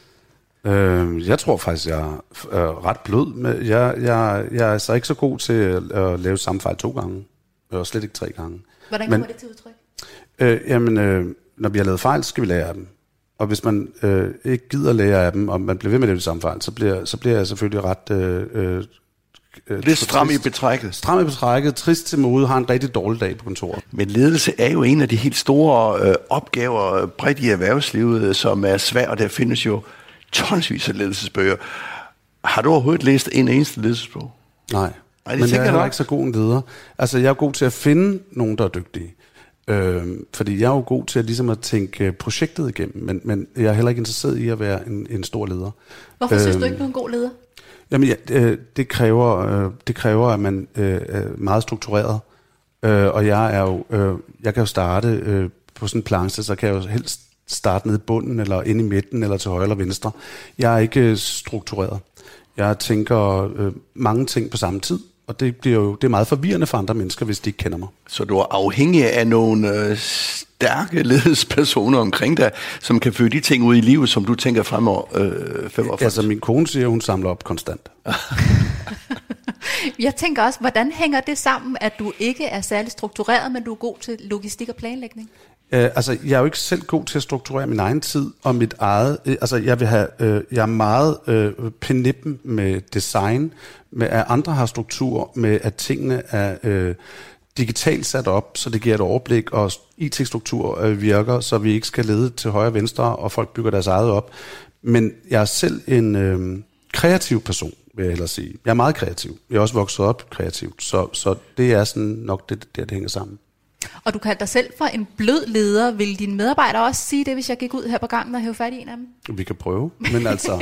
Øh, jeg tror faktisk, jeg er øh, ret blød. Med, jeg, jeg, jeg er så ikke så god til at, at lave samme fejl to gange. Og slet ikke tre gange. Hvordan kommer Men, det til udtryk? Øh, jamen, øh, når vi har lavet fejl, skal vi lære af dem. Og hvis man øh, ikke gider lære af dem, og man bliver ved med det samme fejl, så bliver, så bliver jeg selvfølgelig ret... Øh, øh, Lidt stram i betrækket. Stram i betrækket, trist til mode, har en rigtig dårlig dag på kontoret. Men ledelse er jo en af de helt store øh, opgaver bredt i erhvervslivet, som er svært, og der findes jo tonsvis af ledelsesbøger. Har du overhovedet læst en eneste ledelsesbog? Nej, Ej, men jeg er heller ikke så god en leder. Altså, jeg er god til at finde nogen, der er dygtige. Øh, fordi jeg er jo god til at, ligesom at tænke projektet igennem, men, men jeg er heller ikke interesseret i at være en, en stor leder. Hvorfor øh, synes du ikke, du er en god leder? Jamen, ja, det, det, kræver, øh, det kræver, at man øh, er meget struktureret. Øh, og jeg er jo, øh, jeg kan jo starte øh, på sådan en planche, så kan jeg jo helst starte nede i bunden, eller inde i midten, eller til højre eller venstre. Jeg er ikke øh, struktureret. Jeg tænker øh, mange ting på samme tid, og det bliver jo det er meget forvirrende for andre mennesker, hvis de ikke kender mig. Så du er afhængig af nogle øh, stærke ledelsespersoner omkring dig, som kan føre de ting ud i livet, som du tænker fremover øh, fem år frem? Altså min kone siger, hun samler op konstant. Jeg tænker også, hvordan hænger det sammen, at du ikke er særlig struktureret, men du er god til logistik og planlægning? Uh, altså, jeg er jo ikke selv god til at strukturere min egen tid og mit eget. Uh, altså, jeg vil have, uh, jeg er meget uh, penippen med design, med at andre har struktur, med at tingene er uh, digitalt sat op, så det giver et overblik, og I T-struktur uh, virker, så vi ikke skal lede til højre og venstre, og folk bygger deres eget op. Men jeg er selv en uh, kreativ person, vil jeg hellere sige. Jeg er meget kreativ. Jeg er også vokset op kreativt, så, så det er sådan nok det, der det hænger sammen. Og du kalder dig selv for en blød leder. Vil dine medarbejdere også sige det, hvis jeg gik ud her på gangen og hæve fat i en af dem? Vi kan prøve, men altså,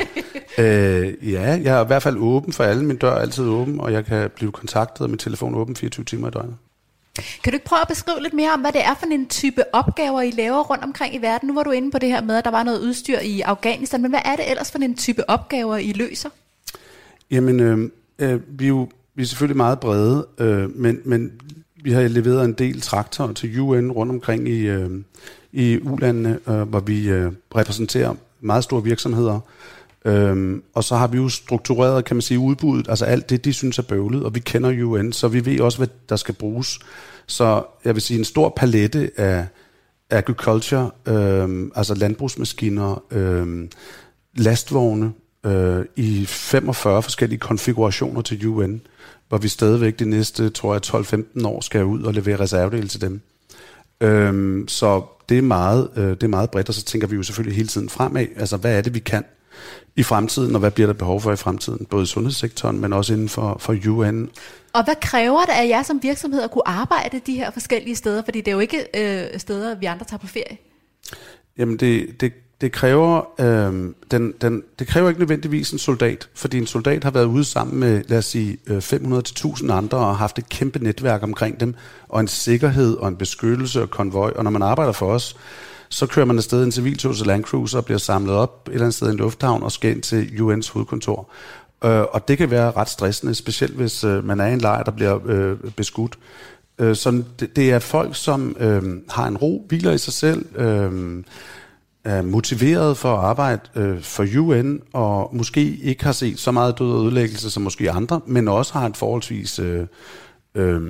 øh, ja, jeg er i hvert fald åben for alle. Min dør er altid åben, og jeg kan blive kontaktet, og min telefon er åben fireogtyve timer i døgnet. Kan du ikke prøve at beskrive lidt mere om, hvad det er for en type opgaver, I laver rundt omkring i verden? Nu var du inde på det her med, at der var noget udstyr i Afghanistan, men hvad er det ellers for en type opgaver, I løser? Jamen, øh, øh, vi, er jo, vi er selvfølgelig meget brede, øh, men... men vi har leveret en del traktorer til U N rundt omkring i, øh, i U-landene, øh, hvor vi øh, repræsenterer meget store virksomheder. Øhm, og så har vi jo struktureret, kan man sige, udbuddet, altså alt det, de synes er bøvlet, og vi kender U N, så vi ved også, hvad der skal bruges. Så jeg vil sige, en stor palette af agriculture, øh, altså landbrugsmaskiner, øh, lastvogne, øh, i femogfyrre forskellige konfigurationer til U N, hvor vi stadigvæk de næste, tror jeg, tolv femten år skal ud og levere reservedele til dem. Øhm, så det er, meget, øh, det er meget bredt, og så tænker vi jo selvfølgelig hele tiden fremad. Altså, hvad er det, vi kan i fremtiden, og hvad bliver der behov for i fremtiden? Både i sundhedssektoren, men også inden for, for U N. Og hvad kræver det af jer som virksomhed at kunne arbejde de her forskellige steder? Fordi det er jo ikke øh, steder, vi andre tager på ferie. Jamen, det... det Det kræver, øh, den, den, det kræver ikke nødvendigvis en soldat, fordi en soldat har været ude sammen med, lad os sige, fem hundrede til tusind andre og haft et kæmpe netværk omkring dem, og en sikkerhed og en beskyttelse og konvoj. Og når man arbejder for os, så kører man afsted en civiltog til Landcruiser og bliver samlet op et eller andet sted i en lufthavn og skal ind til U N's hovedkontor. Øh, og det kan være ret stressende, specielt hvis øh, man er i en lejr, der bliver øh, beskudt. Øh, så det, det er folk, som øh, har en ro, hviler i sig selv, øh, er motiveret for at arbejde øh, for U N, og måske ikke har set så meget død og ødelæggelse som måske andre, men også har en forholdsvis øh, øh,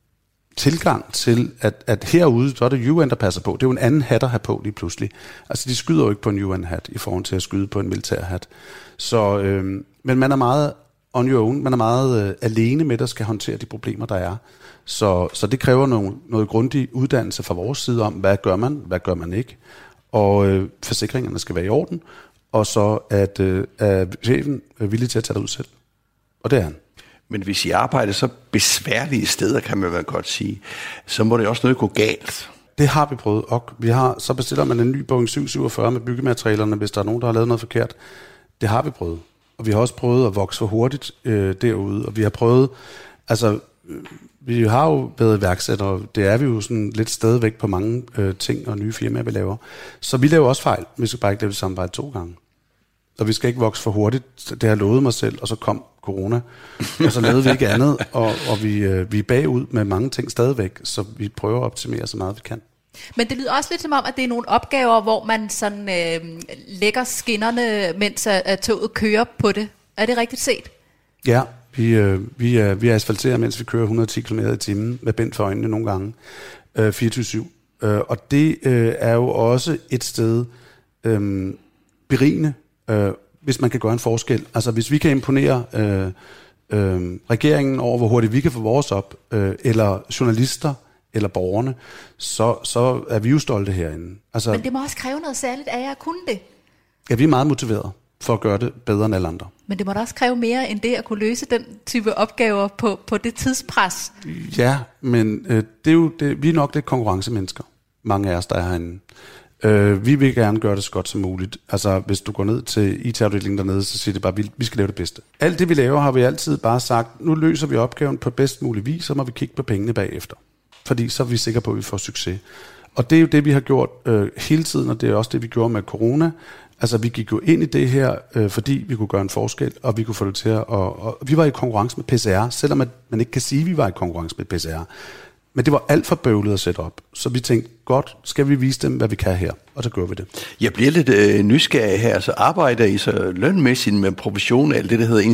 tilgang til, at, at herude, så er det U N, der passer på. Det er jo en anden hat at have på lige pludselig. Altså, de skyder jo ikke på en U N-hat i forhold til at skyde på en militær-hat. Så, øh, men man er meget on your own. Man er meget øh, alene med, at skal håndtere de problemer, der er. Så, så det kræver nogle, noget grundig uddannelse fra vores side om, hvad gør man, hvad gør man ikke. Og øh, forsikringerne skal være i orden, og så at øh, er chefen er villig til at tage det ud selv. Og det er han. Men hvis I arbejder så besværlige steder, kan man vel godt sige, så må det også noget gå galt. Det har vi prøvet, og vi har, så bestiller man en ny Boeing syv syvogfyrre med byggematerialerne, hvis der er nogen, der har lavet noget forkert. Det har vi prøvet. Og vi har også prøvet at vokse for hurtigt øh, derude, og vi har prøvet, altså... Vi har jo været iværksættere, og det er vi jo sådan lidt stadigvæk på mange øh, ting og nye firmaer, vi laver. Så vi laver også fejl. Vi skal bare ikke lave det samme vej to gange. Og vi skal ikke vokse for hurtigt. Det har jeg lovet mig selv, og så kom corona. Og så lavede vi ikke andet, og, og vi, øh, vi er bagud med mange ting stadigvæk, så vi prøver at optimere så meget vi kan. Men det lyder også lidt som om, at det er nogle opgaver, hvor man sådan øh, lægger skinnerne, mens at toget kører på det. Er det rigtigt set? Ja, Vi, øh, vi, er, vi asfalterer, mens vi kører et hundrede og ti kilometer i timen med bind for øjnene nogle gange, øh, fireogtyve syv. Øh, og det øh, er jo også et sted øh, berigende, øh, hvis man kan gøre en forskel. Altså hvis vi kan imponere øh, øh, regeringen over, hvor hurtigt vi kan få vores op, øh, eller journalister, eller borgerne, så, så er vi jo stolte herinde. Altså, men det må også kræve noget særligt af jer at kunne det. Ja, vi er meget motiveret for at gøre det bedre end alle andre. Men det må da også kræve mere end det at kunne løse den type opgaver på, på det tidspres. Ja, men øh, det er jo det, vi er nok lidt konkurrencemennesker, mange af os, der er herinde. Øh, vi vil gerne gøre det så godt som muligt. Altså, hvis du går ned til I T-afdelingen dernede, så siger det bare, vi, vi skal lave det bedste. Alt det, vi laver, har vi altid bare sagt, nu løser vi opgaven på bedst mulig vis, så må vi kigge på pengene bagefter. Fordi så er vi sikre på, at vi får succes. Og det er jo det, vi har gjort øh, hele tiden, og det er også det, vi gjorde med corona. Altså, vi gik jo ind i det her, øh, fordi vi kunne gøre en forskel, og vi kunne få det til at... Og, og vi var i konkurrence med P C R, selvom at man ikke kan sige, at vi var i konkurrence med P C R. Men det var alt for bøvlet at sætte op. Så vi tænkte, godt, skal vi vise dem, hvad vi kan her? Og så gør vi det. Jeg bliver lidt øh, nysgerrig her. Så arbejder I så lønmæssigt med provision af alt det, der hedder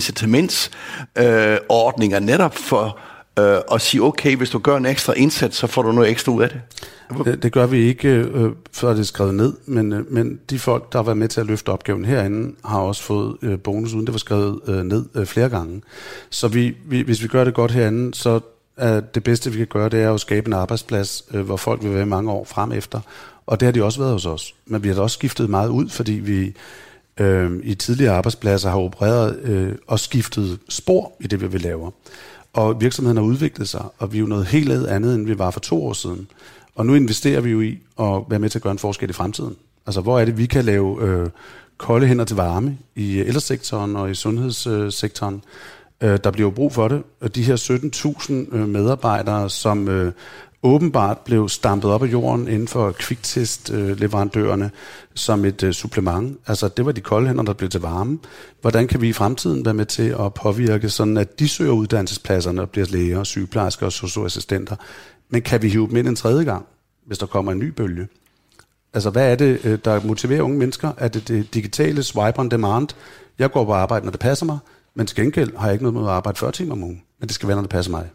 incitamentsordninger, øh, netop for... Øh, og sige, okay, hvis du gør en ekstra indsats, så får du noget ekstra ud af det? Det, det gør vi ikke, øh, før det er skrevet ned, men, øh, men de folk, der har været med til at løfte opgaven herinde, har også fået øh, bonus, uden det var skrevet øh, ned øh, flere gange. Så vi, vi, hvis vi gør det godt herinde, så er det bedste, vi kan gøre, det er at skabe en arbejdsplads, øh, hvor folk vil være mange år frem efter. Og det har de også været hos os. Men vi har da også skiftet meget ud, fordi vi øh, i tidligere arbejdspladser har opereret øh, og skiftet spor i det, vi vil lave. Og virksomheden har udviklet sig, og vi er jo noget helt andet, end vi var for to år siden. Og nu investerer vi jo i at være med til at gøre en forskel i fremtiden. Altså, hvor er det, vi kan lave øh, kolde hænder til varme i ældresektoren og i sundhedssektoren. Øh, der bliver jo brug for det. Og de her sytten tusind øh, medarbejdere, som øh, åbenbart blev stampet op af jorden inden for kviktest-leverandørerne øh, som et øh, supplement. Altså, det var de kolde hænder, der blev til varme. Hvordan kan vi i fremtiden være med til at påvirke, sådan at de søger uddannelsespladserne og bliver læger, sygeplejersker og socioassistenter? Men kan vi hive dem ind en tredje gang, hvis der kommer en ny bølge? Altså, hvad er det, der motiverer unge mennesker? Er det det digitale swipe on demand? Jeg går på arbejde, når det passer mig, men til gengæld har jeg ikke noget med at arbejde fyrre timer om ugen. Men det skal være, når det passer mig.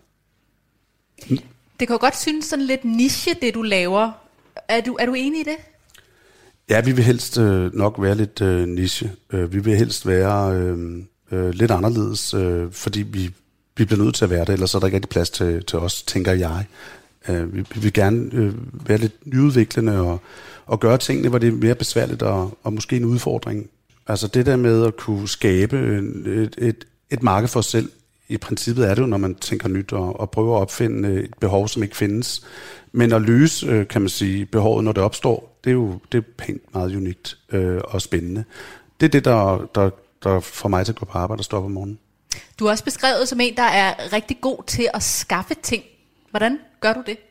Det kan jo godt synes sådan lidt niche, det du laver. Er du, er du enig i det? Ja, vi vil helst øh, nok være lidt øh, niche. Øh, vi vil helst være øh, øh, lidt anderledes, øh, fordi vi, vi bliver nødt til at være det, ellers er der ikke rigtig plads til, til os, tænker jeg. Øh, vi, vi vil gerne øh, være lidt nyudviklende og, og gøre tingene, hvor det er mere besværligt og, og måske en udfordring. Altså det der med at kunne skabe et, et, et marked for os selv, i princippet er det jo, når man tænker nyt og, og prøver at opfinde et behov, som ikke findes. Men at løse, kan man sige, behovet, når det opstår, det er jo det er pænt meget unikt øh, og spændende. Det er det, der, der, der får mig til at gå på arbejde og stå op om morgenen. Du er også beskrevet som en, der er rigtig god til at skaffe ting. Hvordan gør du det?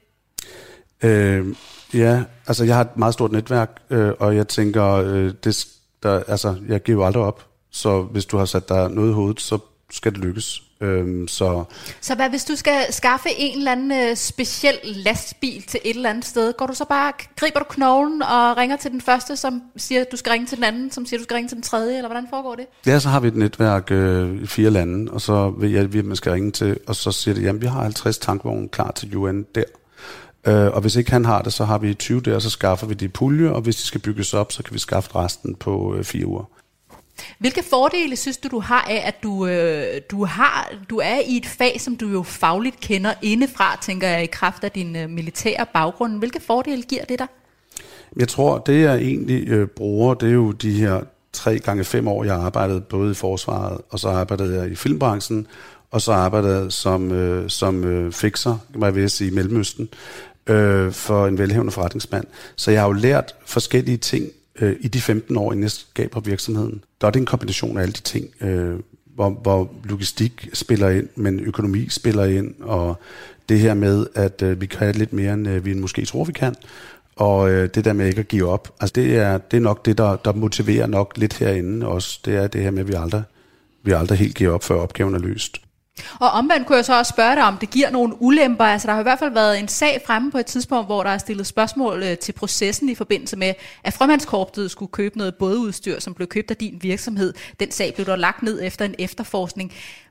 Øh, ja, altså jeg har et meget stort netværk, øh, og jeg tænker, øh, det, der, altså, jeg giver jo aldrig op. Så hvis du har sat dig noget i hovedet, så skal det lykkes. Øhm, så så hvad, hvis du skal skaffe en eller anden øh, speciel lastbil til et eller andet sted, går du så bare, griber du knoglen og ringer til den første, som siger, at du skal ringe til den anden, som siger, at du skal ringe til den tredje, eller hvordan foregår det? Ja, så har vi et netværk øh, i fire lande, og så ved jeg, at man skal ringe til, og så siger det, jamen vi har halvtreds tankvogne klar til U N der. Øh, og hvis ikke han har det, så har vi tyve der, og så skaffer vi de pulje, og hvis de skal bygges op, så kan vi skaffe resten på øh, fire uger. Hvilke fordele synes du, du har af, at du, øh, du, har, du er i et fag, som du jo fagligt kender indefra, tænker jeg, i kraft af din øh, militære baggrund? Hvilke fordele giver det dig? Jeg tror, det jeg egentlig øh, bruger, det er jo de her tre gange fem år, jeg arbejdede både i forsvaret, og så arbejdede jeg i filmbranchen, og så arbejdede jeg som, øh, som øh, fikser, kan man vil sige, i Mellemøsten, øh, for en velhævende forretningsmand. Så jeg har jo lært forskellige ting øh, i de femten år, inden jeg skaber virksomheden. Der er det en kombination af alle de ting, øh, hvor, hvor logistik spiller ind, men økonomi spiller ind, og det her med, at øh, vi kan lidt mere, end øh, vi måske tror, vi kan. Og øh, det der med ikke at give op, altså det er, det er nok det, der, der motiverer nok lidt herinde også. Det er det her med, at vi aldrig, vi aldrig helt giver op, før opgaven er løst. Og omvendt kunne jeg så også spørge dig, om det giver nogle ulemper. Altså der har i hvert fald været en sag fremme på et tidspunkt, hvor der er stillet spørgsmål øh, til processen i forbindelse med, at Frømandskorpset skulle købe noget bådeudstyr, som blev købt af din virksomhed. Den sag blev der lagt ned efter en efterforskning.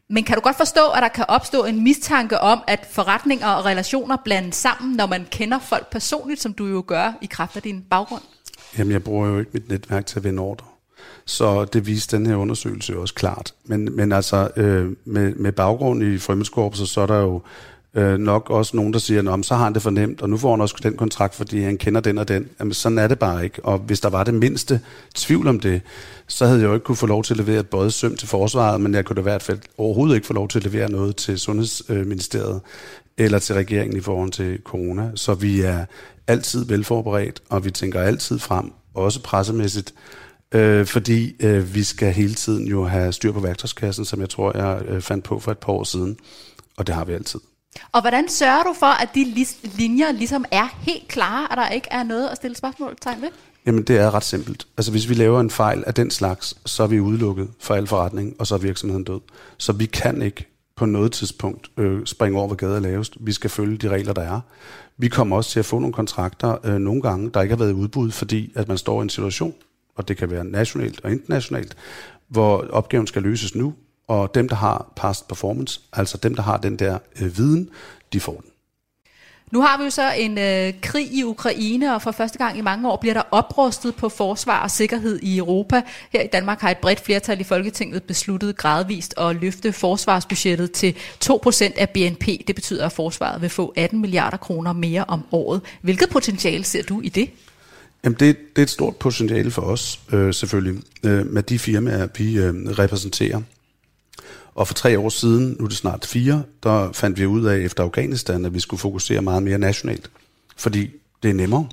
Men kan du godt forstå, at der kan opstå en mistanke om, at forretninger og relationer blandes sammen, når man kender folk personligt, som du jo gør i kraft af din baggrund? Jamen, jeg bruger jo ikke mit netværk til at vinde ordre. Så det viste den her undersøgelse jo også klart. Men, men altså, øh, med, med baggrund i Frømandskorpset, så er der jo øh, nok også nogen, der siger, at så har han det fornemt, og nu får han også den kontrakt, fordi han kender den og den. Jamen, sådan er det bare ikke. Og hvis der var det mindste tvivl om det, så havde jeg jo ikke kunne få lov til at levere et både søm til forsvaret, men jeg kunne da i hvert fald overhovedet ikke få lov til at levere noget til Sundhedsministeriet eller til regeringen i forhold til corona. Så vi er altid velforberedt, og vi tænker altid frem, også pressemæssigt, øh, fordi øh, vi skal hele tiden jo have styr på værktøjskassen, som jeg tror, jeg øh, fandt på for et par år siden, og det har vi altid. Og hvordan sørger du for, at de linjer ligesom er helt klare, at der ikke er noget at stille spørgsmålstegn ved? Jamen, det er ret simpelt. Altså, hvis vi laver en fejl af den slags, så er vi udelukket for al forretning, og så er virksomheden død. Så vi kan ikke på noget tidspunkt øh, springe over, hvad gaden er lavest. Vi skal følge de regler, der er. Vi kommer også til at få nogle kontrakter øh, nogle gange, der ikke har været i udbud, fordi at man står i en situation, og det kan være nationalt og internationalt, hvor opgaven skal løses nu, og dem, der har past performance, altså dem, der har den der øh, viden, de får den. Nu har vi jo så en øh, krig i Ukraine, og for første gang i mange år bliver der oprustet på forsvar og sikkerhed i Europa. Her i Danmark har et bredt flertal i Folketinget besluttet gradvist at løfte forsvarsbudgettet til to procent af B N P. Det betyder, at forsvaret vil få atten milliarder kroner mere om året. Hvilket potentiale ser du i det? Jamen det, det er et stort potentiale for os, øh, selvfølgelig, øh, med de firmaer, vi øh, repræsenterer. Og for tre år siden, nu er det snart fire, der fandt vi ud af efter Afghanistan, at vi skulle fokusere meget mere nationalt, fordi det er nemmere.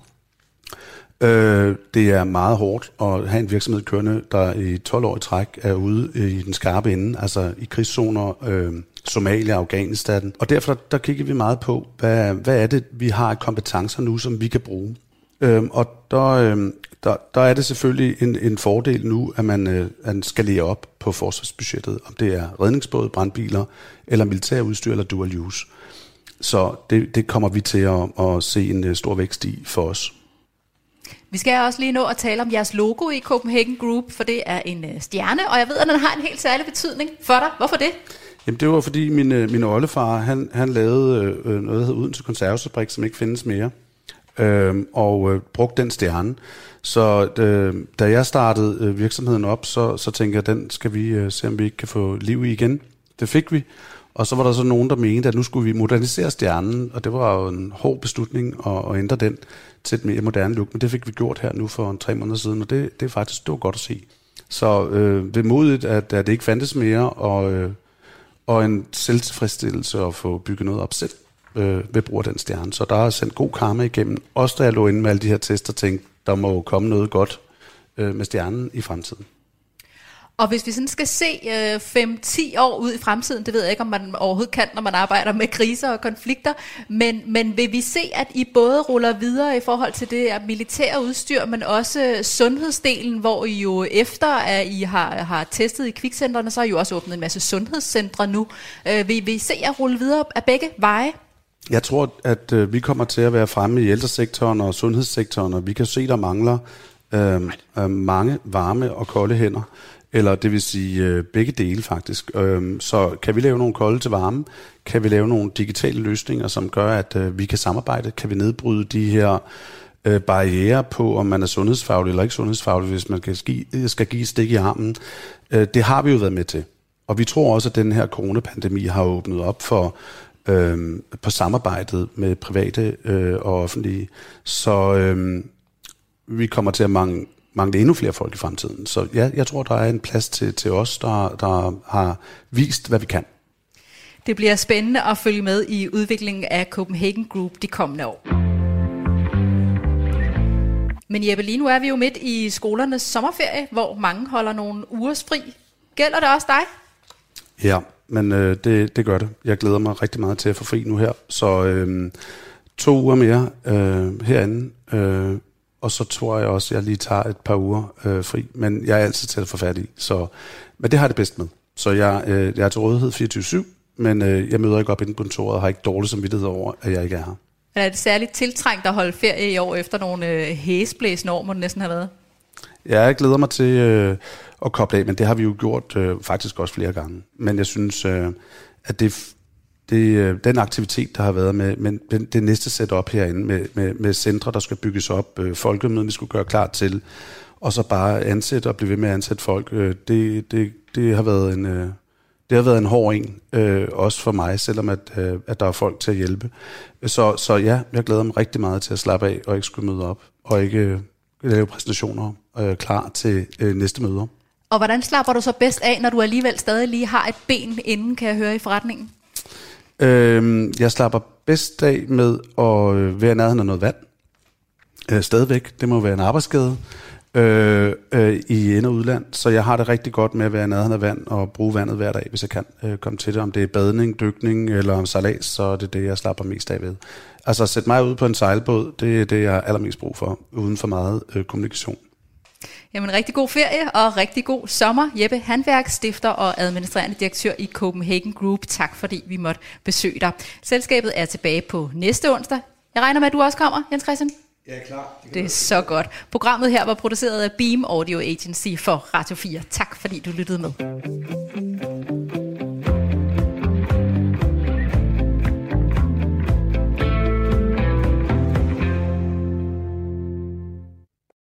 Øh, det er meget hårdt at have en virksomhed kørende, der i tolv år i træk er ude i den skarpe ende, altså i krigszoner, øh, Somalia, Afghanistan. Og derfor der kigger vi meget på, hvad, hvad er det, vi har af kompetencer nu, som vi kan bruge. Øh, og der, øh, der, der er det selvfølgelig en, en fordel nu, at man, øh, at man skalerer op på forsvarsbudgettet, om det er redningsbåde, brandbiler, eller militærudstyr, eller dual use. Så det, det kommer vi til at, at se en stor vækst i for os. Vi skal også lige nå at tale om jeres logo i Copenhagen Group, for det er en stjerne, og jeg ved, at den har en helt særlig betydning for dig. Hvorfor det? Jamen det var fordi min, min oldefar, han, han lavede øh, noget, der hedder Odense Konservesfabrik, som ikke findes mere, øh, og øh, brugte den stjerne. Så øh, da jeg startede øh, virksomheden op, så, så tænkte jeg, den skal vi øh, se, om vi ikke kan få liv i igen. Det fik vi. Og så var der så nogen, der mente, at nu skulle vi modernisere stjernen, og det var jo en hård beslutning at, at ændre den til et mere moderne look. Men det fik vi gjort her nu for en tre måneder siden, og det, det er faktisk det var godt at se. Så øh, vemodigt, at, at det ikke fandtes mere, og, øh, og en selvtilfredsstillelse at få bygget noget op selv øh, ved brug af den stjerne. Så der er sendt god karma igennem. Også da jeg lå inde med alle de her tester, tænkte, der må jo komme noget godt øh, med stjernen i fremtiden. Og hvis vi sådan skal se øh, fem til ti år ud i fremtiden, det ved jeg ikke, om man overhovedet kan, når man arbejder med kriser og konflikter, men, men vil vi se, at I både ruller videre i forhold til det militære udstyr, men også sundhedsdelen, hvor I jo efter, at I har, har testet i kvikcentrene, så har I jo også åbnet en masse sundhedscentre nu. Øh, vil, vil I se at rulle videre af begge veje? Jeg tror, at øh, vi kommer til at være fremme i ældresektoren og sundhedssektoren, og vi kan se, der mangler øh, øh, mange varme og kolde hænder. Eller det vil sige øh, begge dele faktisk. Øh, så kan vi lave nogle kolde til varme? Kan vi lave nogle digitale løsninger, som gør, at øh, vi kan samarbejde? Kan vi nedbryde de her øh, barrierer på, om man er sundhedsfaglig eller ikke sundhedsfaglig, hvis man skal give, skal give stik i armen? Øh, det har vi jo været med til. Og vi tror også, at den her coronapandemi har åbnet op for øh, på samarbejdet med private øh, og offentlige. Så øh, vi kommer til at mange mangle endnu flere folk i fremtiden. Så ja, jeg tror, der er en plads til, til os, der, der har vist, hvad vi kan. Det bliver spændende at følge med i udviklingen af Copenhagen Group de kommende år. Men Jeppe, lige nu er vi jo midt i skolernes sommerferie, hvor mange holder nogle ugers fri. Gælder det også dig? Ja, men øh, det, det gør det. Jeg glæder mig rigtig meget til at få fri nu her. Så øh, to uger mere øh, herinde. Øh, Og så tror jeg også, at jeg lige tager et par uger øh, fri. Men jeg er altid til at få fat i. Så, men det har jeg det bedst med. Så jeg, øh, jeg er til rådighed fireogtyve syv, men øh, jeg møder ikke op inde på kontoret og har ikke dårlig samvittighed over, at jeg ikke er her. Er det særligt tiltrængt at holde ferie i år efter nogle øh, hæsblæsende år, må det næsten have været? Ja, jeg glæder mig til øh, at koble af, men det har vi jo gjort øh, faktisk også flere gange. Men jeg synes, øh, at det, det, den aktivitet, der har været med, med det, det næste setup herinde, med, med, med centre, der skal bygges op, øh, folkemøden, vi skulle gøre klar til, og så bare ansætte og blive ved med at ansætte folk, øh, det, det, det har været en... Øh, Det har været en hård en, øh, også for mig, selvom at, øh, at der er folk til at hjælpe. Så, så ja, jeg glæder mig rigtig meget til at slappe af og ikke skulle møde op, og ikke øh, lave præsentationer øh, klar til øh, næste møder. Og hvordan slapper du så bedst af, når du alligevel stadig lige har et ben inden, kan jeg høre, i forretningen? Øh, jeg slapper bedst af med at øh, være nærheden af noget vand. Øh, stadigvæk, det må være en arbejdsskade. Øh, øh, i ind- og udland, så jeg har det rigtig godt med at være i nærheden af vand og bruge vandet hver dag, hvis jeg kan øh, komme til det. Om det er badning, dykning eller sejlads, så er det det, jeg slapper mest af ved. Altså at sætte mig ud på en sejlbåd, det er det, jeg har allermest brug for, uden for meget øh, kommunikation. Jamen rigtig god ferie og rigtig god sommer. Jeppe Handværk, stifter og administrerende direktør i Copenhagen Group. Tak fordi vi måtte besøge dig. Selskabet er tilbage på næste onsdag. Jeg regner med, at du også kommer, Jens Christian? Jeg er klar. Det, det er så godt. Programmet her var produceret af Beam Audio Agency for Radio fire. Tak fordi du lyttede med.